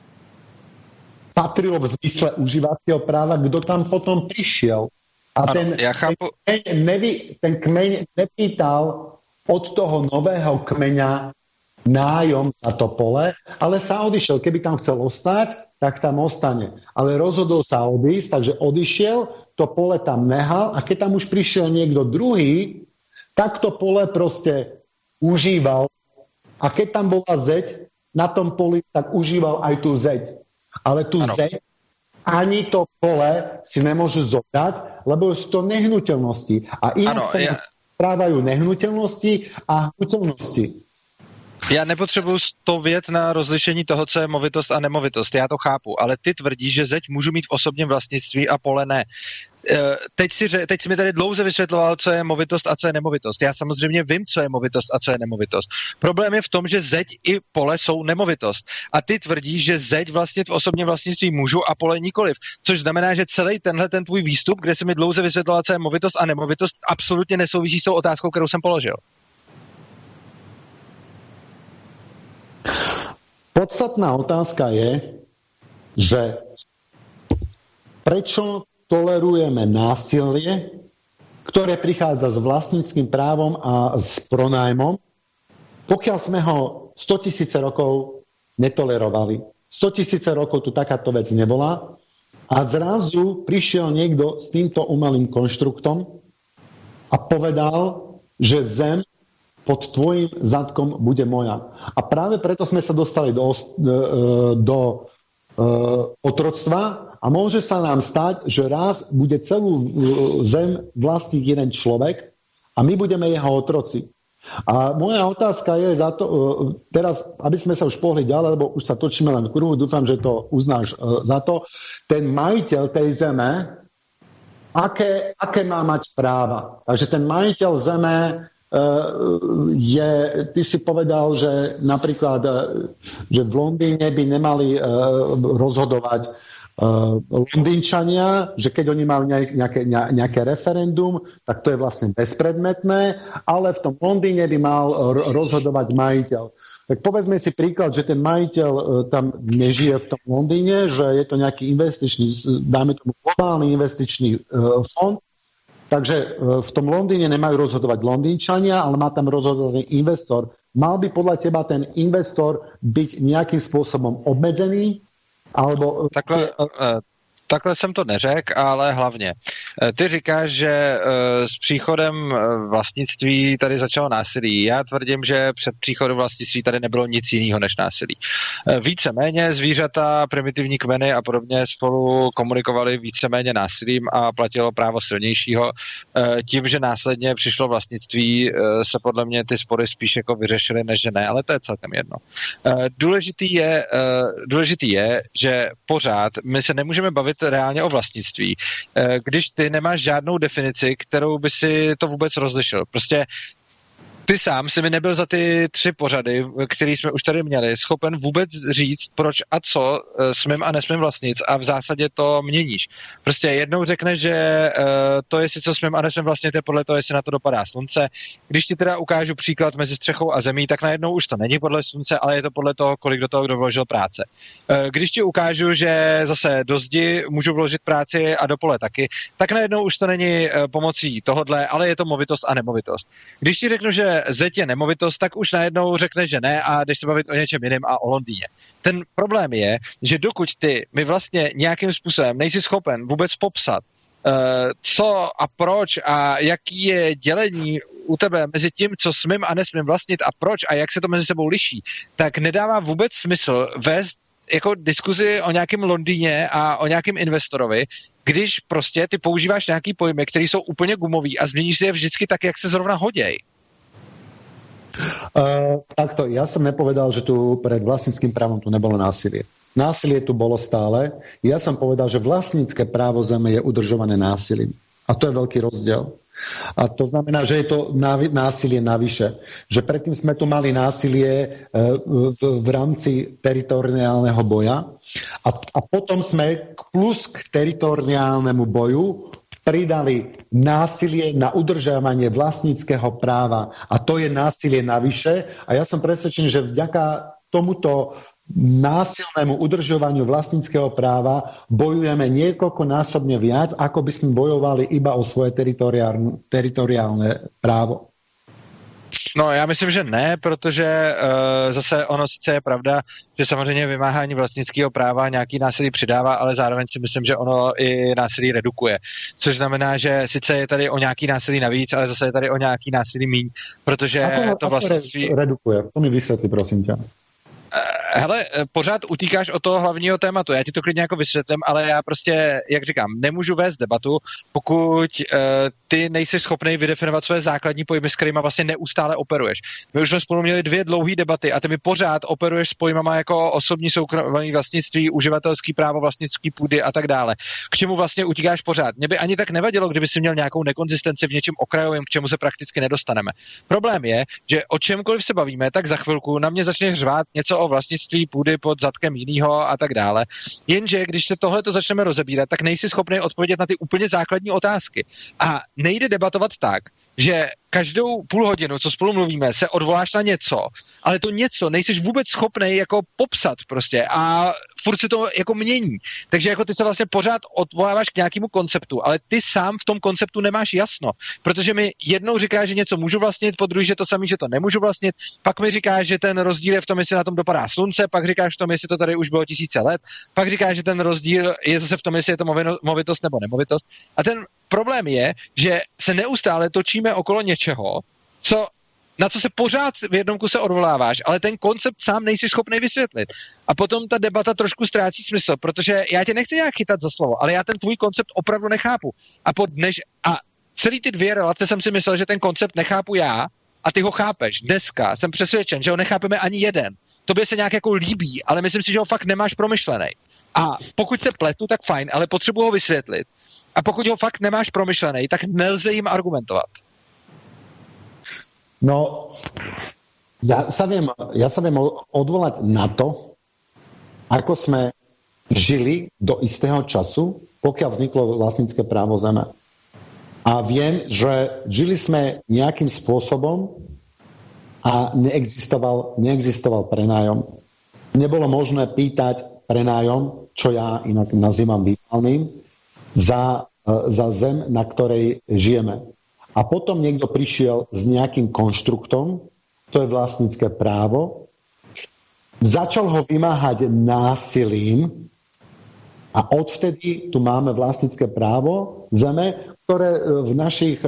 Speaker 1: patrilo v zmysle užívacieho práva, kto tam potom prišiel. A ano, ten, ja chápu... ten, kmeň nevy, ten kmeň nepýtal od toho nového kmeňa nájom za to pole, ale sa odišiel. Keby tam chcel ostať, tak tam ostane. Ale rozhodol sa odísť, takže odišiel, to pole tam nehal a keď tam už prišiel niekto druhý, tak to pole proste užíval. A keď tam bola zeď na tom poli, tak užíval aj tú zeď. Ale tu zeď ani to pole si nemôžu zobrať, lebo sú to nehnuteľnosti. A inak ano, sa ja... správajú nehnuteľnosti a hnuteľnosti.
Speaker 2: Já nepotřebuji sto vět na rozlišení toho, co je movitost a nemovitost. Já to chápu, ale ty tvrdíš, že zeď můžu mít v osobním vlastnictví a pole ne. Teď si, teď si mi tady dlouze vysvětloval, co je movitost a co je nemovitost. Já samozřejmě vím, co je movitost a co je nemovitost. Problém je v tom, že zeď i pole jsou nemovitost. A ty tvrdíš, že zeď vlastnit v osobním vlastnictví můžu a pole nikoliv. Což znamená, že celý tenhle ten tvůj výstup, kde si mi dlouze vysvětloval, co je movitost a nemovitost, absolutně nesouvisí s tou otázkou, kterou jsem položil.
Speaker 1: Podstatná otázka je, že prečo tolerujeme násilie, ktoré prichádza s vlastníckym právom a s pronájmom, pokiaľ sme ho stotisíce rokov netolerovali. stotisíce rokov tu takáto vec nebola a zrazu prišiel niekto s týmto umelým konštruktom a povedal, že zem pod tvojim zadkom bude moja. A práve preto sme sa dostali do, do uh, otroctva a môže sa nám stať, že raz bude celú zem vlastniť jeden človek a my budeme jeho otroci. A moja otázka je za to, uh, teraz, aby sme sa už pohli ďalej, lebo už sa točíme len v kruhu, dúfam, že to uznáš uh, za to, ten majiteľ tej zeme, aké, aké má mať práva. Takže ten majiteľ zeme je, ty si povedal, že napríklad, že v Londýne by nemali rozhodovať Londýnčania, že keď oni majú nejaké, nejaké referendum, tak to je vlastne bezpredmetné, ale v tom Londýne by mal rozhodovať majiteľ. Tak povedzme si príklad, že ten majiteľ tam nežije v tom Londýne, že je to nejaký investičný, dáme tomu globálny investičný fond. Takže v tom Londýne nemajú rozhodovať Londýnčania, ale má tam rozhodovať investor. Mal by podľa teba ten investor byť nejakým spôsobom obmedzený? Alebo...
Speaker 2: Takhle, takhle jsem to neřekl, ale hlavně. Ty říkáš, že s příchodem vlastnictví tady začalo násilí. Já tvrdím, že před příchodem vlastnictví tady nebylo nic jiného než násilí. Víceméně zvířata, primitivní kmeny a podobně spolu komunikovali víceméně násilím a platilo právo silnějšího. Tím, že následně přišlo vlastnictví, se podle mě ty spory spíš jako vyřešily, než že ne, ale to je celkem jedno. Důležitý je, důležitý je, že pořád my se nemůžeme bavit bavit reálně o vlastnictví, když ty nemáš žádnou definici, kterou by si to vůbec rozlišil. Prostě ty sám si mi nebyl za ty tři pořady, které jsme už tady měli, schopen vůbec říct, proč a co smím a nesmím vlastnit a v zásadě to měníš. Prostě jednou řekneš, že uh, to, jestli co smím a nesmím vlastnit, je podle toho, jestli na to dopadá slunce. Když ti teda ukážu příklad mezi střechou a zemí, tak najednou už to není podle slunce, ale je to podle toho, kolik do toho kdo vložil práce. Uh, když ti ukážu, že zase do zdi můžu vložit práci a do pole taky, tak najednou už to není uh, pomocí tohodle, ale je to movitost a nemovitost. Když ti řeknu, že zeď je nemovitost, tak už najednou řekne, že ne a jdeš se bavit o něčem jiném a o Londýně. Ten problém je, že dokud ty mi vlastně nějakým způsobem nejsi schopen vůbec popsat, uh, co a proč a jaký je dělení u tebe mezi tím, co smím a nesmím vlastnit a proč a jak se to mezi sebou liší, tak nedává vůbec smysl vést jako diskuzi o nějakém Londýně a o nějakém investorovi, když prostě ty používáš nějaký pojmy, které jsou úplně gumový a změníš si je vždycky tak, jak se zrovna hoděj.
Speaker 1: Uh, takto, ja som nepovedal, že tu pred vlastníckým právom tu nebolo násilie. Násilie tu bolo stále. Ja som povedal, že vlastnícke právo zeme je udržované násilím. A to je veľký rozdiel. A to znamená, že je to násilie navyše. Že predtým sme tu mali násilie v, v rámci teritoriálneho boja a, a potom sme plus k teritoriálnemu boju pridali násilie na udržávanie vlastníckeho práva a to je násilie navyše a ja som presvedčený, že vďaka tomuto násilnému udržovaniu vlastníckeho práva bojujeme niekoľkonásobne viac, ako by sme bojovali iba o svoje teritoriálne právo.
Speaker 2: No, já myslím, že ne, protože uh, zase ono sice je pravda, že samozřejmě vymáhání vlastnického práva nějaký násilí přidává, ale zároveň si myslím, že ono i násilí redukuje. Což znamená, že sice je tady o nějaký násilí navíc, ale zase je tady o nějaký násilí míň, protože
Speaker 1: a to,
Speaker 2: to vlastnictví...
Speaker 1: redukuje? To mi vysvětli, prosím tě.
Speaker 2: Hele, pořád utíkáš od toho hlavního tématu, já ti to klidně jako vysvětlím, ale já prostě, jak říkám, nemůžu vést debatu, pokud uh, ty nejsi schopný vydefinovat své základní pojmy, s kterými vlastně neustále operuješ. My už jsme spolu měli dvě dlouhé debaty a ty mi pořád operuješ s pojmama jako osobní soukromé vlastnictví, uživatelský právo, vlastnický půdy a tak dále. K čemu vlastně utíkáš pořád? Mě by ani tak nevadilo, kdyby si měl nějakou nekonzistenci v něčem okrajovém, k čemu se prakticky nedostaneme. Problém je, že o čemkoliv se bavíme, tak za chvilku na mě začne řvát něco o vlastnictví půdy pod zadkem jinýho a tak dále. Jenže když se tohle to začneme rozebírat, tak nejsi schopný odpovědět na ty úplně základní otázky. A nejde debatovat tak, že každou půl hodinu, co spolu mluvíme, se odvoláš na něco, ale to něco nejsiš vůbec schopnej jako popsat prostě a furt se to jako mění. Takže jako ty se vlastně pořád odvoláváš k nějakému konceptu, ale ty sám v tom konceptu nemáš jasno, protože mi jednou říkáš, že něco můžu vlastnit, po druhý, že to samý, že to nemůžu vlastnit, pak mi říkáš, že ten rozdíl je v tom, jestli na tom dopadá slunce, pak říkáš v tom, jestli to tady už bylo tisíce let, pak říkáš, že ten rozdíl je zase v tom, jestli je to movitost nebo nemovitost. A ten problém je, že se neustále točíme okolo něčeho, co, na co se pořád v jednom kuse odvoláváš, ale ten koncept sám nejsi schopný vysvětlit. A potom ta debata trošku ztrácí smysl, protože já tě nechci nějak chytat za slovo, ale já ten tvůj koncept opravdu nechápu. A, po dneš, a celý ty dvě relace jsem si myslel, že ten koncept nechápu já a ty ho chápeš. Dneska jsem přesvědčen, že ho nechápeme ani jeden. Tobě se nějak jako líbí, ale myslím si, že ho fakt nemáš promyšlený. A pokud se pletu, tak fajn, ale potřebuji ho vysvětlit. A pokud ho fakt nemáš promyšlený, tak nelze jim argumentovat.
Speaker 1: No, ja sa viem, ja sa viem odvolať na to, ako sme žili do istého času, pokiaľ vzniklo vlastnícke právo zeme. A viem, že žili sme nejakým spôsobom a neexistoval, neexistoval prenájom. Nebolo možné pýtať prenájom, čo ja inak nazývam výpalným, za, za zem, na ktorej žijeme. A potom niekto prišiel s nejakým konštruktom, to je vlastnícke právo, začal ho vymáhať násilím a odvtedy tu máme vlastnícke právo zeme, ktoré v našich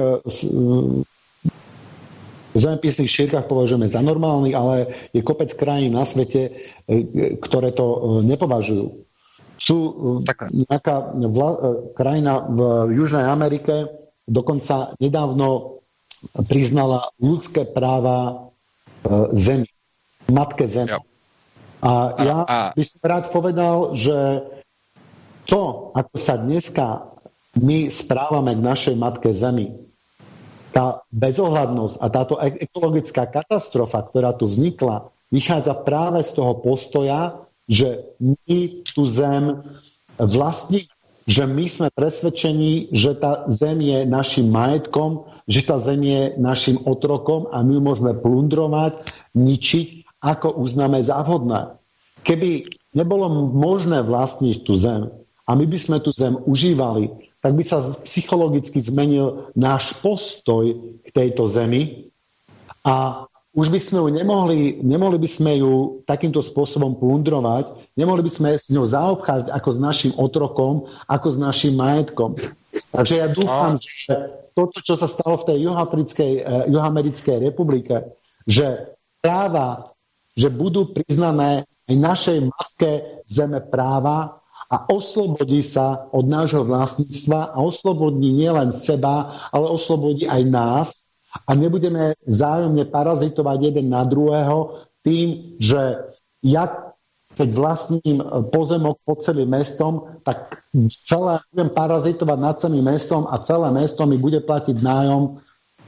Speaker 1: zemepisných šírkach považujeme za normálnych, ale je kopec krajín na svete, ktoré to nepovažujú. Sú nejaká vla, krajina v Južnej Amerike, dokonca nedávno priznala ľudské práva zemi, matke zemi.
Speaker 2: Jo.
Speaker 1: A ja by som rád povedal, že to, ako sa dneska my správame k našej matke Zemi, tá bezohľadnosť a táto ekologická katastrofa, ktorá tu vznikla, vychádza práve z toho postoja, že my tú Zem vlastní, že my sme presvedčení, že tá Zem je našim majetkom, že tá Zem je našim otrokom a my ju môžeme plundrovať, ničiť, ako uznáme za vhodné. Keby nebolo možné vlastniť tú Zem a my by sme tú Zem užívali, tak by sa psychologicky zmenil náš postoj k tejto Zemi a už by sme ju nemohli, nemohli by sme ju takýmto spôsobom plundrovať, nemohli by sme s ňou zaobchádzať ako s našim otrokom, ako s našim majetkom. Takže ja dúfam, že toto, čo sa stalo v tej juhoafrickej, juhoamerickej republike, že práva, že budú priznané aj našej matke Zeme práva a oslobodí sa od nášho vlastníctva a oslobodí nielen seba, ale oslobodí aj nás a nebudeme vzájomne parazitovať jeden na druhého tým, že ja keď vlastním pozemok pod celým mestom, tak celé budem parazitovať nad celým mestom a celé mesto mi bude platiť nájom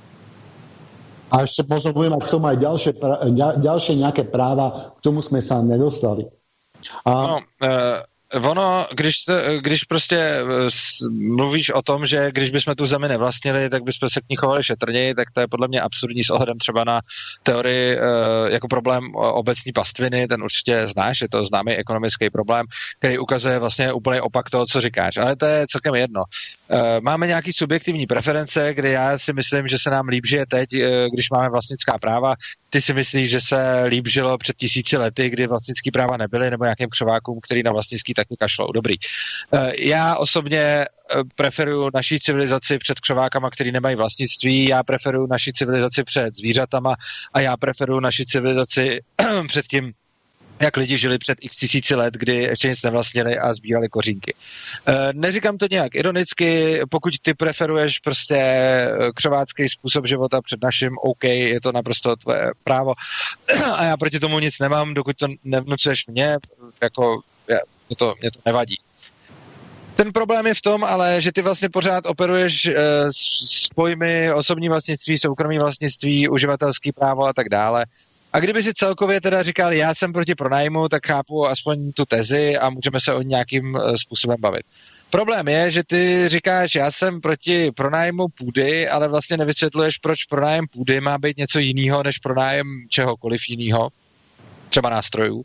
Speaker 1: a ešte možno budeme mať k tomu aj ďalšie, ďalšie nejaké práva, k tomu sme sa nedostali. A...
Speaker 2: No, uh... Ono, když, když prostě mluvíš o tom, že když bychom tu zemi nevlastnili, tak bychom se k ní chovali šetrněji, tak to je podle mě absurdní s ohledem třeba na teorii jako problém obecní pastviny, ten určitě znáš, je to známý ekonomický problém, který ukazuje vlastně úplně opak toho, co říkáš, ale to je celkem jedno. Máme nějaký subjektivní preference, kdy já si myslím, že se nám líp žije teď, když máme vlastnická práva, ty si myslíš, že se líp žilo před tisíci lety, kdy vlastnický práva nebyly, nebo nějakým křovákům, který na vlastnický taky kašlou. Dobrý. Já osobně preferuju naší civilizaci před křovákama, který nemají vlastnictví, já preferuju naší civilizaci před zvířatama a já preferuju naší civilizaci před tím, jak lidi žili před x tisíci let, kdy ještě nic nevlastnili a sbírali kořínky. E, neříkám to nějak ironicky, pokud ty preferuješ prostě křovácký způsob života před naším, OK, je to naprosto tvoje právo a já proti tomu nic nemám, dokud to nevnucuješ mě, jako mě to, mě to nevadí. Ten problém je v tom, ale že ty vlastně pořád operuješ e, s pojmy osobní vlastnictví, soukromí vlastnictví, uživatelský právo a tak dále. A kdyby si celkově teda říkal, já jsem proti pronájmu, tak chápu aspoň tu tezi a můžeme se o nějakým způsobem bavit. Problém je, že ty říkáš, já jsem proti pronájmu půdy, ale vlastně nevysvětluješ, proč pronájem půdy má být něco jiného, než pronájem čehokoliv jiného, třeba nástrojů.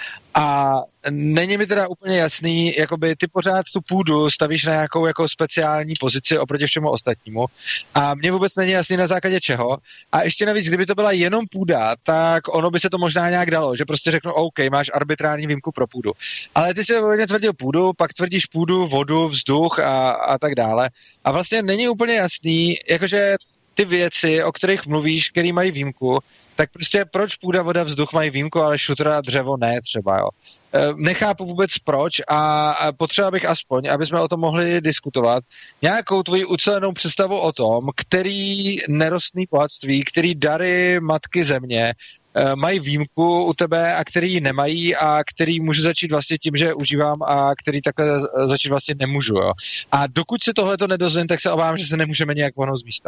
Speaker 2: A není mi teda úplně jasný, jakoby ty pořád tu půdu stavíš na nějakou jako speciální pozici oproti všemu ostatnímu a mně vůbec není jasný na základě čeho. A ještě navíc, kdyby to byla jenom půda, tak ono by se to možná nějak dalo, že prostě řeknu, OK, máš arbitrární výjimku pro půdu. Ale ty si hodně tvrdil půdu, pak tvrdíš půdu, vodu, vzduch a, a tak dále. A vlastně není úplně jasný, jakože ty věci, o kterých mluvíš, který mají výjimku, tak prostě proč půda, voda, vzduch mají výjimku, ale šutr a dřevo ne třeba, jo. Nechápu vůbec proč a potřeba bych aspoň, aby jsme o tom mohli diskutovat, nějakou tvoji ucelenou představu o tom, který nerostný bohatství, který dary matky země mají výjimku u tebe a který ji nemají a který můžu začít vlastně tím, že užívám a který takhle začít vlastně nemůžu, jo. A dokud se tohleto nedozvím, tak se obávám, že se nemůžeme nějak pohnout z místa.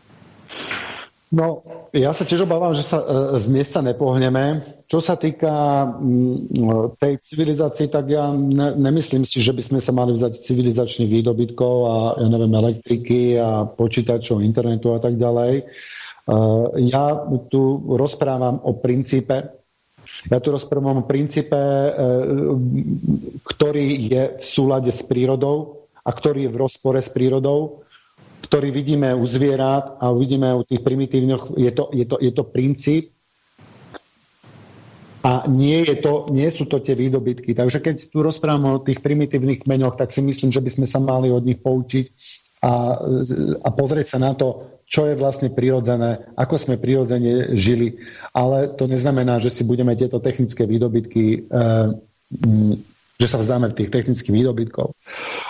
Speaker 1: No, ja sa tiež obávam, že sa e, z miesta nepohneme. Čo sa týka m, tej civilizácie, tak ja ne, nemyslím si, že by sme sa mali vzať civilizačných výdobytkov a ja neviem, elektriky a počítačov, internetu a tak ďalej. E, ja tu rozprávam o princípe, ja tu rozprávam o princípe, e, ktorý je v súlade s prírodou a ktorý je v rozpore s prírodou, ktorý vidíme u zvierat a vidíme u tých primitívnych, je to, je to, je to princíp a nie, je to, nie sú to tie výdobytky. Takže keď tu rozprávame o tých primitívnych kmeňoch, tak si myslím, že by sme sa mali od nich poučiť a, a pozrieť sa na to, čo je vlastne prirodzené, ako sme prirodzene žili. Ale to neznamená, že si budeme tieto technické výdobytky, e, že sa vzdáme tých technických výdobytkov.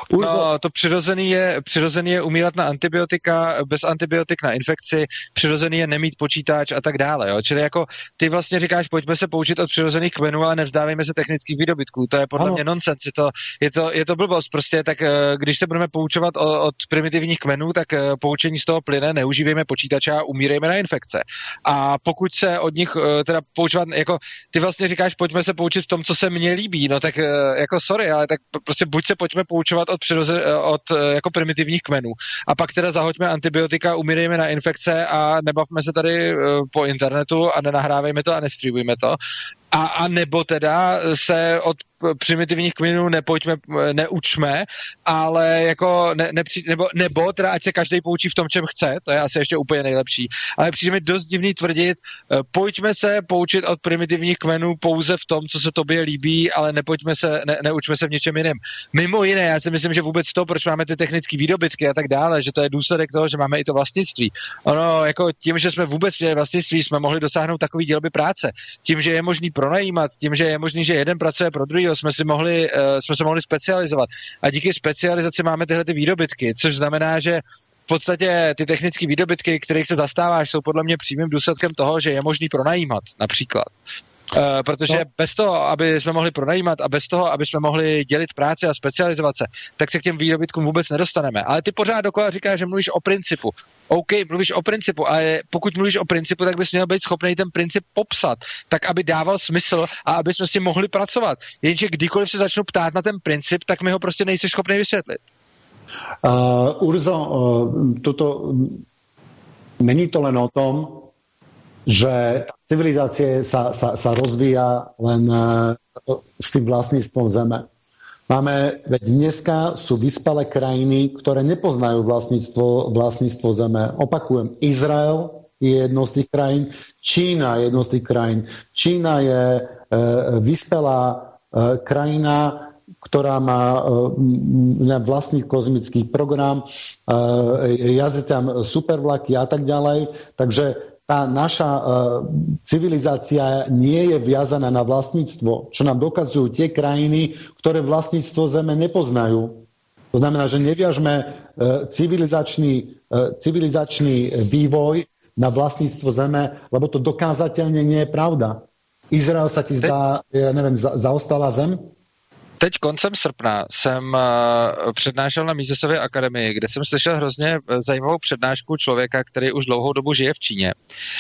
Speaker 2: No, to přirozený je, přirozený je umírat na antibiotika, bez antibiotik na infekci, přirozený je nemít počítač a tak dále, jo. Čili jako ty vlastně říkáš, pojďme se poučit od přirozených kmenů, ale nevzdávejme se technických výdobytků. To je podle ano. mě nonsens. Je to, je, to, je to blbost. Prostě tak, když se budeme poučovat od, od primitivních kmenů, tak poučení z toho plyne, neužívejme počítače a umírejme na infekce. A pokud se od nich teda poučovat, jako ty vlastně říkáš, pojďme se poučit v tom, co se mně líbí, no tak jako sorry, ale tak prostě buď se pojďme poučovat od, přiroze, od jako primitivních kmenů a pak teda zahoďme antibiotika, umírejme na infekce a nebavme se tady po internetu a nenahrávejme to a nestreamujme to. A, a nebo teda se od primitivních kmenů nepojďme, neučme, ale jako ne, nepři, nebo, nebo teda ať se každý poučí v tom, čem chce, to je asi ještě úplně nejlepší, ale přijde mi dost divný tvrdit, pojďme se poučit od primitivních kmenů pouze v tom, co se tobě líbí, ale nepojďme se, ne, neučme se v něčem jiném. Mimo jiné, já si myslím, že vůbec to, proč máme ty technické výdobytky a tak dále, že to je důsledek toho, že máme i to vlastnictví. Ono, jako tím, že jsme vůbec měli vlastnictví, jsme mohli dosáhnout takový dělby práce. Tím, že je možný pronajímat, tím, že je možný, že jeden pracuje pro druhého, jsme si mohli, uh, jsme se mohli specializovat. A díky specializaci máme tyhle ty výdobytky, což znamená, že v podstatě ty technické výdobytky, kterých se zastáváš, jsou podle mě přímým důsledkem toho, že je možný pronajímat, například. Uh, protože no. bez toho, aby jsme mohli pronajímat a bez toho, aby jsme mohli dělit práci a specializovat se, tak se k těm výdobytkům vůbec nedostaneme. Ale ty pořád dokola říkáš, že mluvíš o principu. OK, mluvíš o principu, ale pokud mluvíš o principu, tak bys měl být schopný ten princip popsat, tak aby dával smysl a aby jsme si mohli pracovat. Jenže kdykoliv se začnu ptát na ten princip, tak mi ho prostě nejsi schopný vysvětlit.
Speaker 1: Uh, Urzo, uh, toto, není to len o tom, že civilizácie sa, sa, sa rozvíja len uh, s tým vlastníctvom zeme. Máme, veď dneska sú vyspelé krajiny, ktoré nepoznajú vlastníctvo, vlastníctvo zeme. Opakujem, Izrael je jednou z tých krajín, Čína je jednou z tých krajín. Čína je uh, vyspelá uh, krajina, ktorá má uh, vlastný kozmický program, uh, jazdí tam supervlaky a tak ďalej. Takže tá naša uh, civilizácia nie je viazaná na vlastníctvo, čo nám dokazujú tie krajiny, ktoré vlastníctvo zeme nepoznajú. To znamená, že neviažme uh, civilizačný, uh, civilizačný vývoj na vlastníctvo zeme, lebo to dokázateľne nie je pravda. Izrael sa ti zdá, ja neviem, za, zaostala zem?
Speaker 2: Teď koncem srpna jsem přednášel na Misesově akademii, kde jsem slyšel hrozně zajímavou přednášku člověka, který už dlouhou dobu žije v Číně.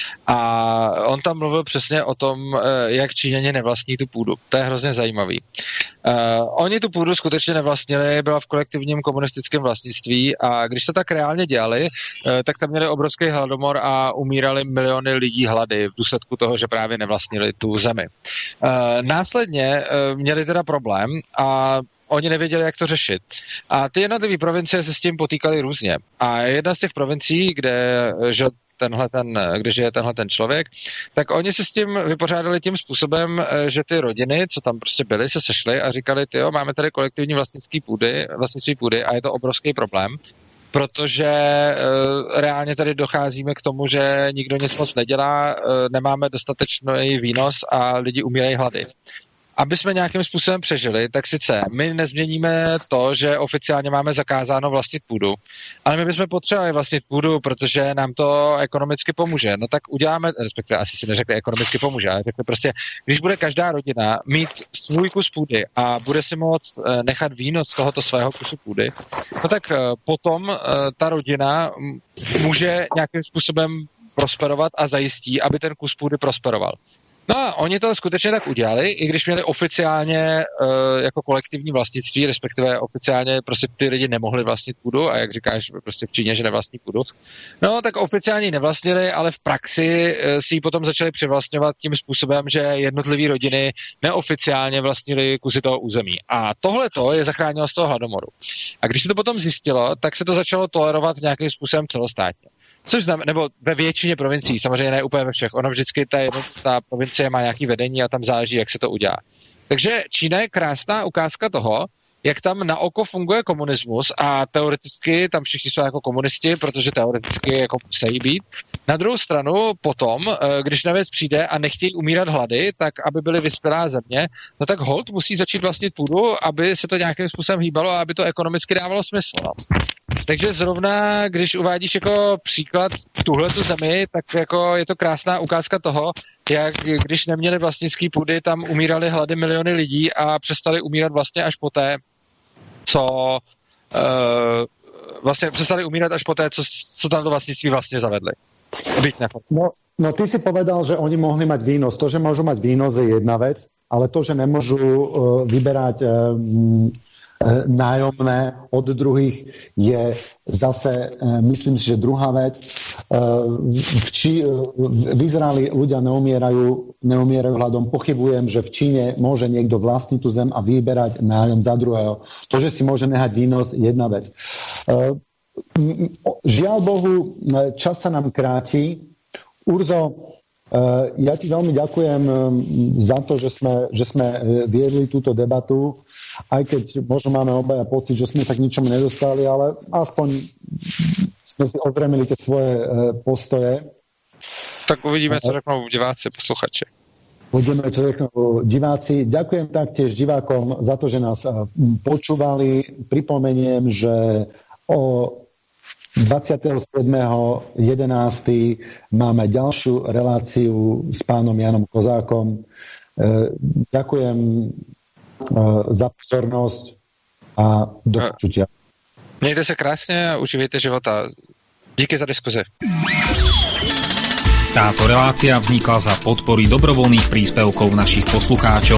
Speaker 2: A on tam mluvil přesně o tom, jak Číňani nevlastní tu půdu. To je hrozně zajímavý. Uh, oni tu půdu skutečně nevlastnili, byla v kolektivním komunistickém vlastnictví a když to tak reálně dělali, uh, tak tam měli obrovský hladomor a umírali miliony lidí hlady v důsledku toho, že právě nevlastnili tu zemi. Uh, následně uh, měli teda problém a oni nevěděli, jak to řešit. A ty jednotlivé provincie se s tím potýkaly různě. A jedna z těch provincií, kde že tenhle ten, kde žije tenhle ten člověk, tak oni se s tím vypořádali tím způsobem, že ty rodiny, co tam prostě byly, se sešly a říkali, tyjo, máme tady kolektivní vlastnický půdy, vlastnictví půdy a je to obrovský problém, protože e, reálně tady docházíme k tomu, že nikdo nic moc nedělá, e, nemáme dostatečný výnos a lidi umírají hlady. Aby jsme nějakým způsobem přežili, tak sice my nezměníme to, že oficiálně máme zakázáno vlastnit půdu, ale my bychom potřebovali vlastnit půdu, protože nám to ekonomicky pomůže. No tak uděláme, respektive asi si neřekli ekonomicky pomůže, ale řekli prostě, když bude každá rodina mít svůj kus půdy a bude si moct nechat výnos z tohoto svého kusu půdy, no tak potom ta rodina může nějakým způsobem prosperovat a zajistí, aby ten kus půdy prosperoval. No a oni to skutečně tak udělali, i když měli oficiálně uh, jako kolektivní vlastnictví, respektive oficiálně prostě ty lidi nemohli vlastnit půdu a jak říkáš prostě v Číně, že nevlastní půdu. No tak oficiálně nevlastnili, ale v praxi uh, si ji potom začali přivlastňovat tím způsobem, že jednotlivé rodiny neoficiálně vlastnili kusy toho území. A tohleto je zachránilo z toho hladomoru. A když se to potom zjistilo, tak se to začalo tolerovat nějakým způsobem celostátně. Což znamená, nebo ve většině provincií, samozřejmě ne úplně ve všech. Ono vždycky ta, jedno, ta provincie má nějaký vedení a tam záleží, jak se to udělá. Takže Čína je krásná ukázka toho, jak tam na oko funguje komunismus a teoreticky tam všichni jsou jako komunisti, protože teoreticky jako musí být. Na druhou stranu potom, když na věc přijde a nechtějí umírat hlady, tak aby byly vyspělá země, no tak holt musí začít vlastnit půdu, aby se to nějakým způsobem hýbalo a aby to ekonomicky dávalo smysl. No. Takže zrovna, když uvádíš jako příklad tuhletu zemi, tak jako je to krásná ukázka toho, jak když neměli vlastnický půdy, tam umírali hlady miliony lidí a přestali umírat vlastně až poté, co uh, vlastně přestali umírat až poté, co, co tam to vlastnictví vlastně zavedli.
Speaker 1: No, no ty si povedal, že oni mohli mať výnos. To, že môžu mať výnos je jedna vec, ale to, že nemôžu uh, vyberať uh, nájomné od druhých, je zase, myslím si, že druhá vec. V, Čí, v Izraeli ľudia neumierajú, neumierajú hladom. Pochybujem, že v Číne môže niekto vlastniť tú zem a vyberať nájom za druhého. To, že si môže nehať výnos, je jedna vec. Žiaľ Bohu, čas sa nám kráti. Urzo, ja ti veľmi ďakujem za to, že sme, že sme viedli túto debatu, aj keď možno máme obaja pocit, že sme sa k ničomu nedostali, ale aspoň sme si ozremili tie svoje postoje.
Speaker 2: Tak uvidíme, co řeknou diváci, posluchači.
Speaker 1: Uvidíme, čo řeknou diváci. Ďakujem taktiež divákom za to, že nás počúvali. Pripomeniem, že o dvadsiateho siedmeho jedenásteho máme ďalšiu reláciu s pánom Janom Kozákom. Ďakujem za pozornosť a do počutia.
Speaker 2: Mějte se krásně a uživejte života. Díky za diskuzi.
Speaker 3: Táto relácia vznikla za podpory dobrovoľných príspevkov našich poslucháčov.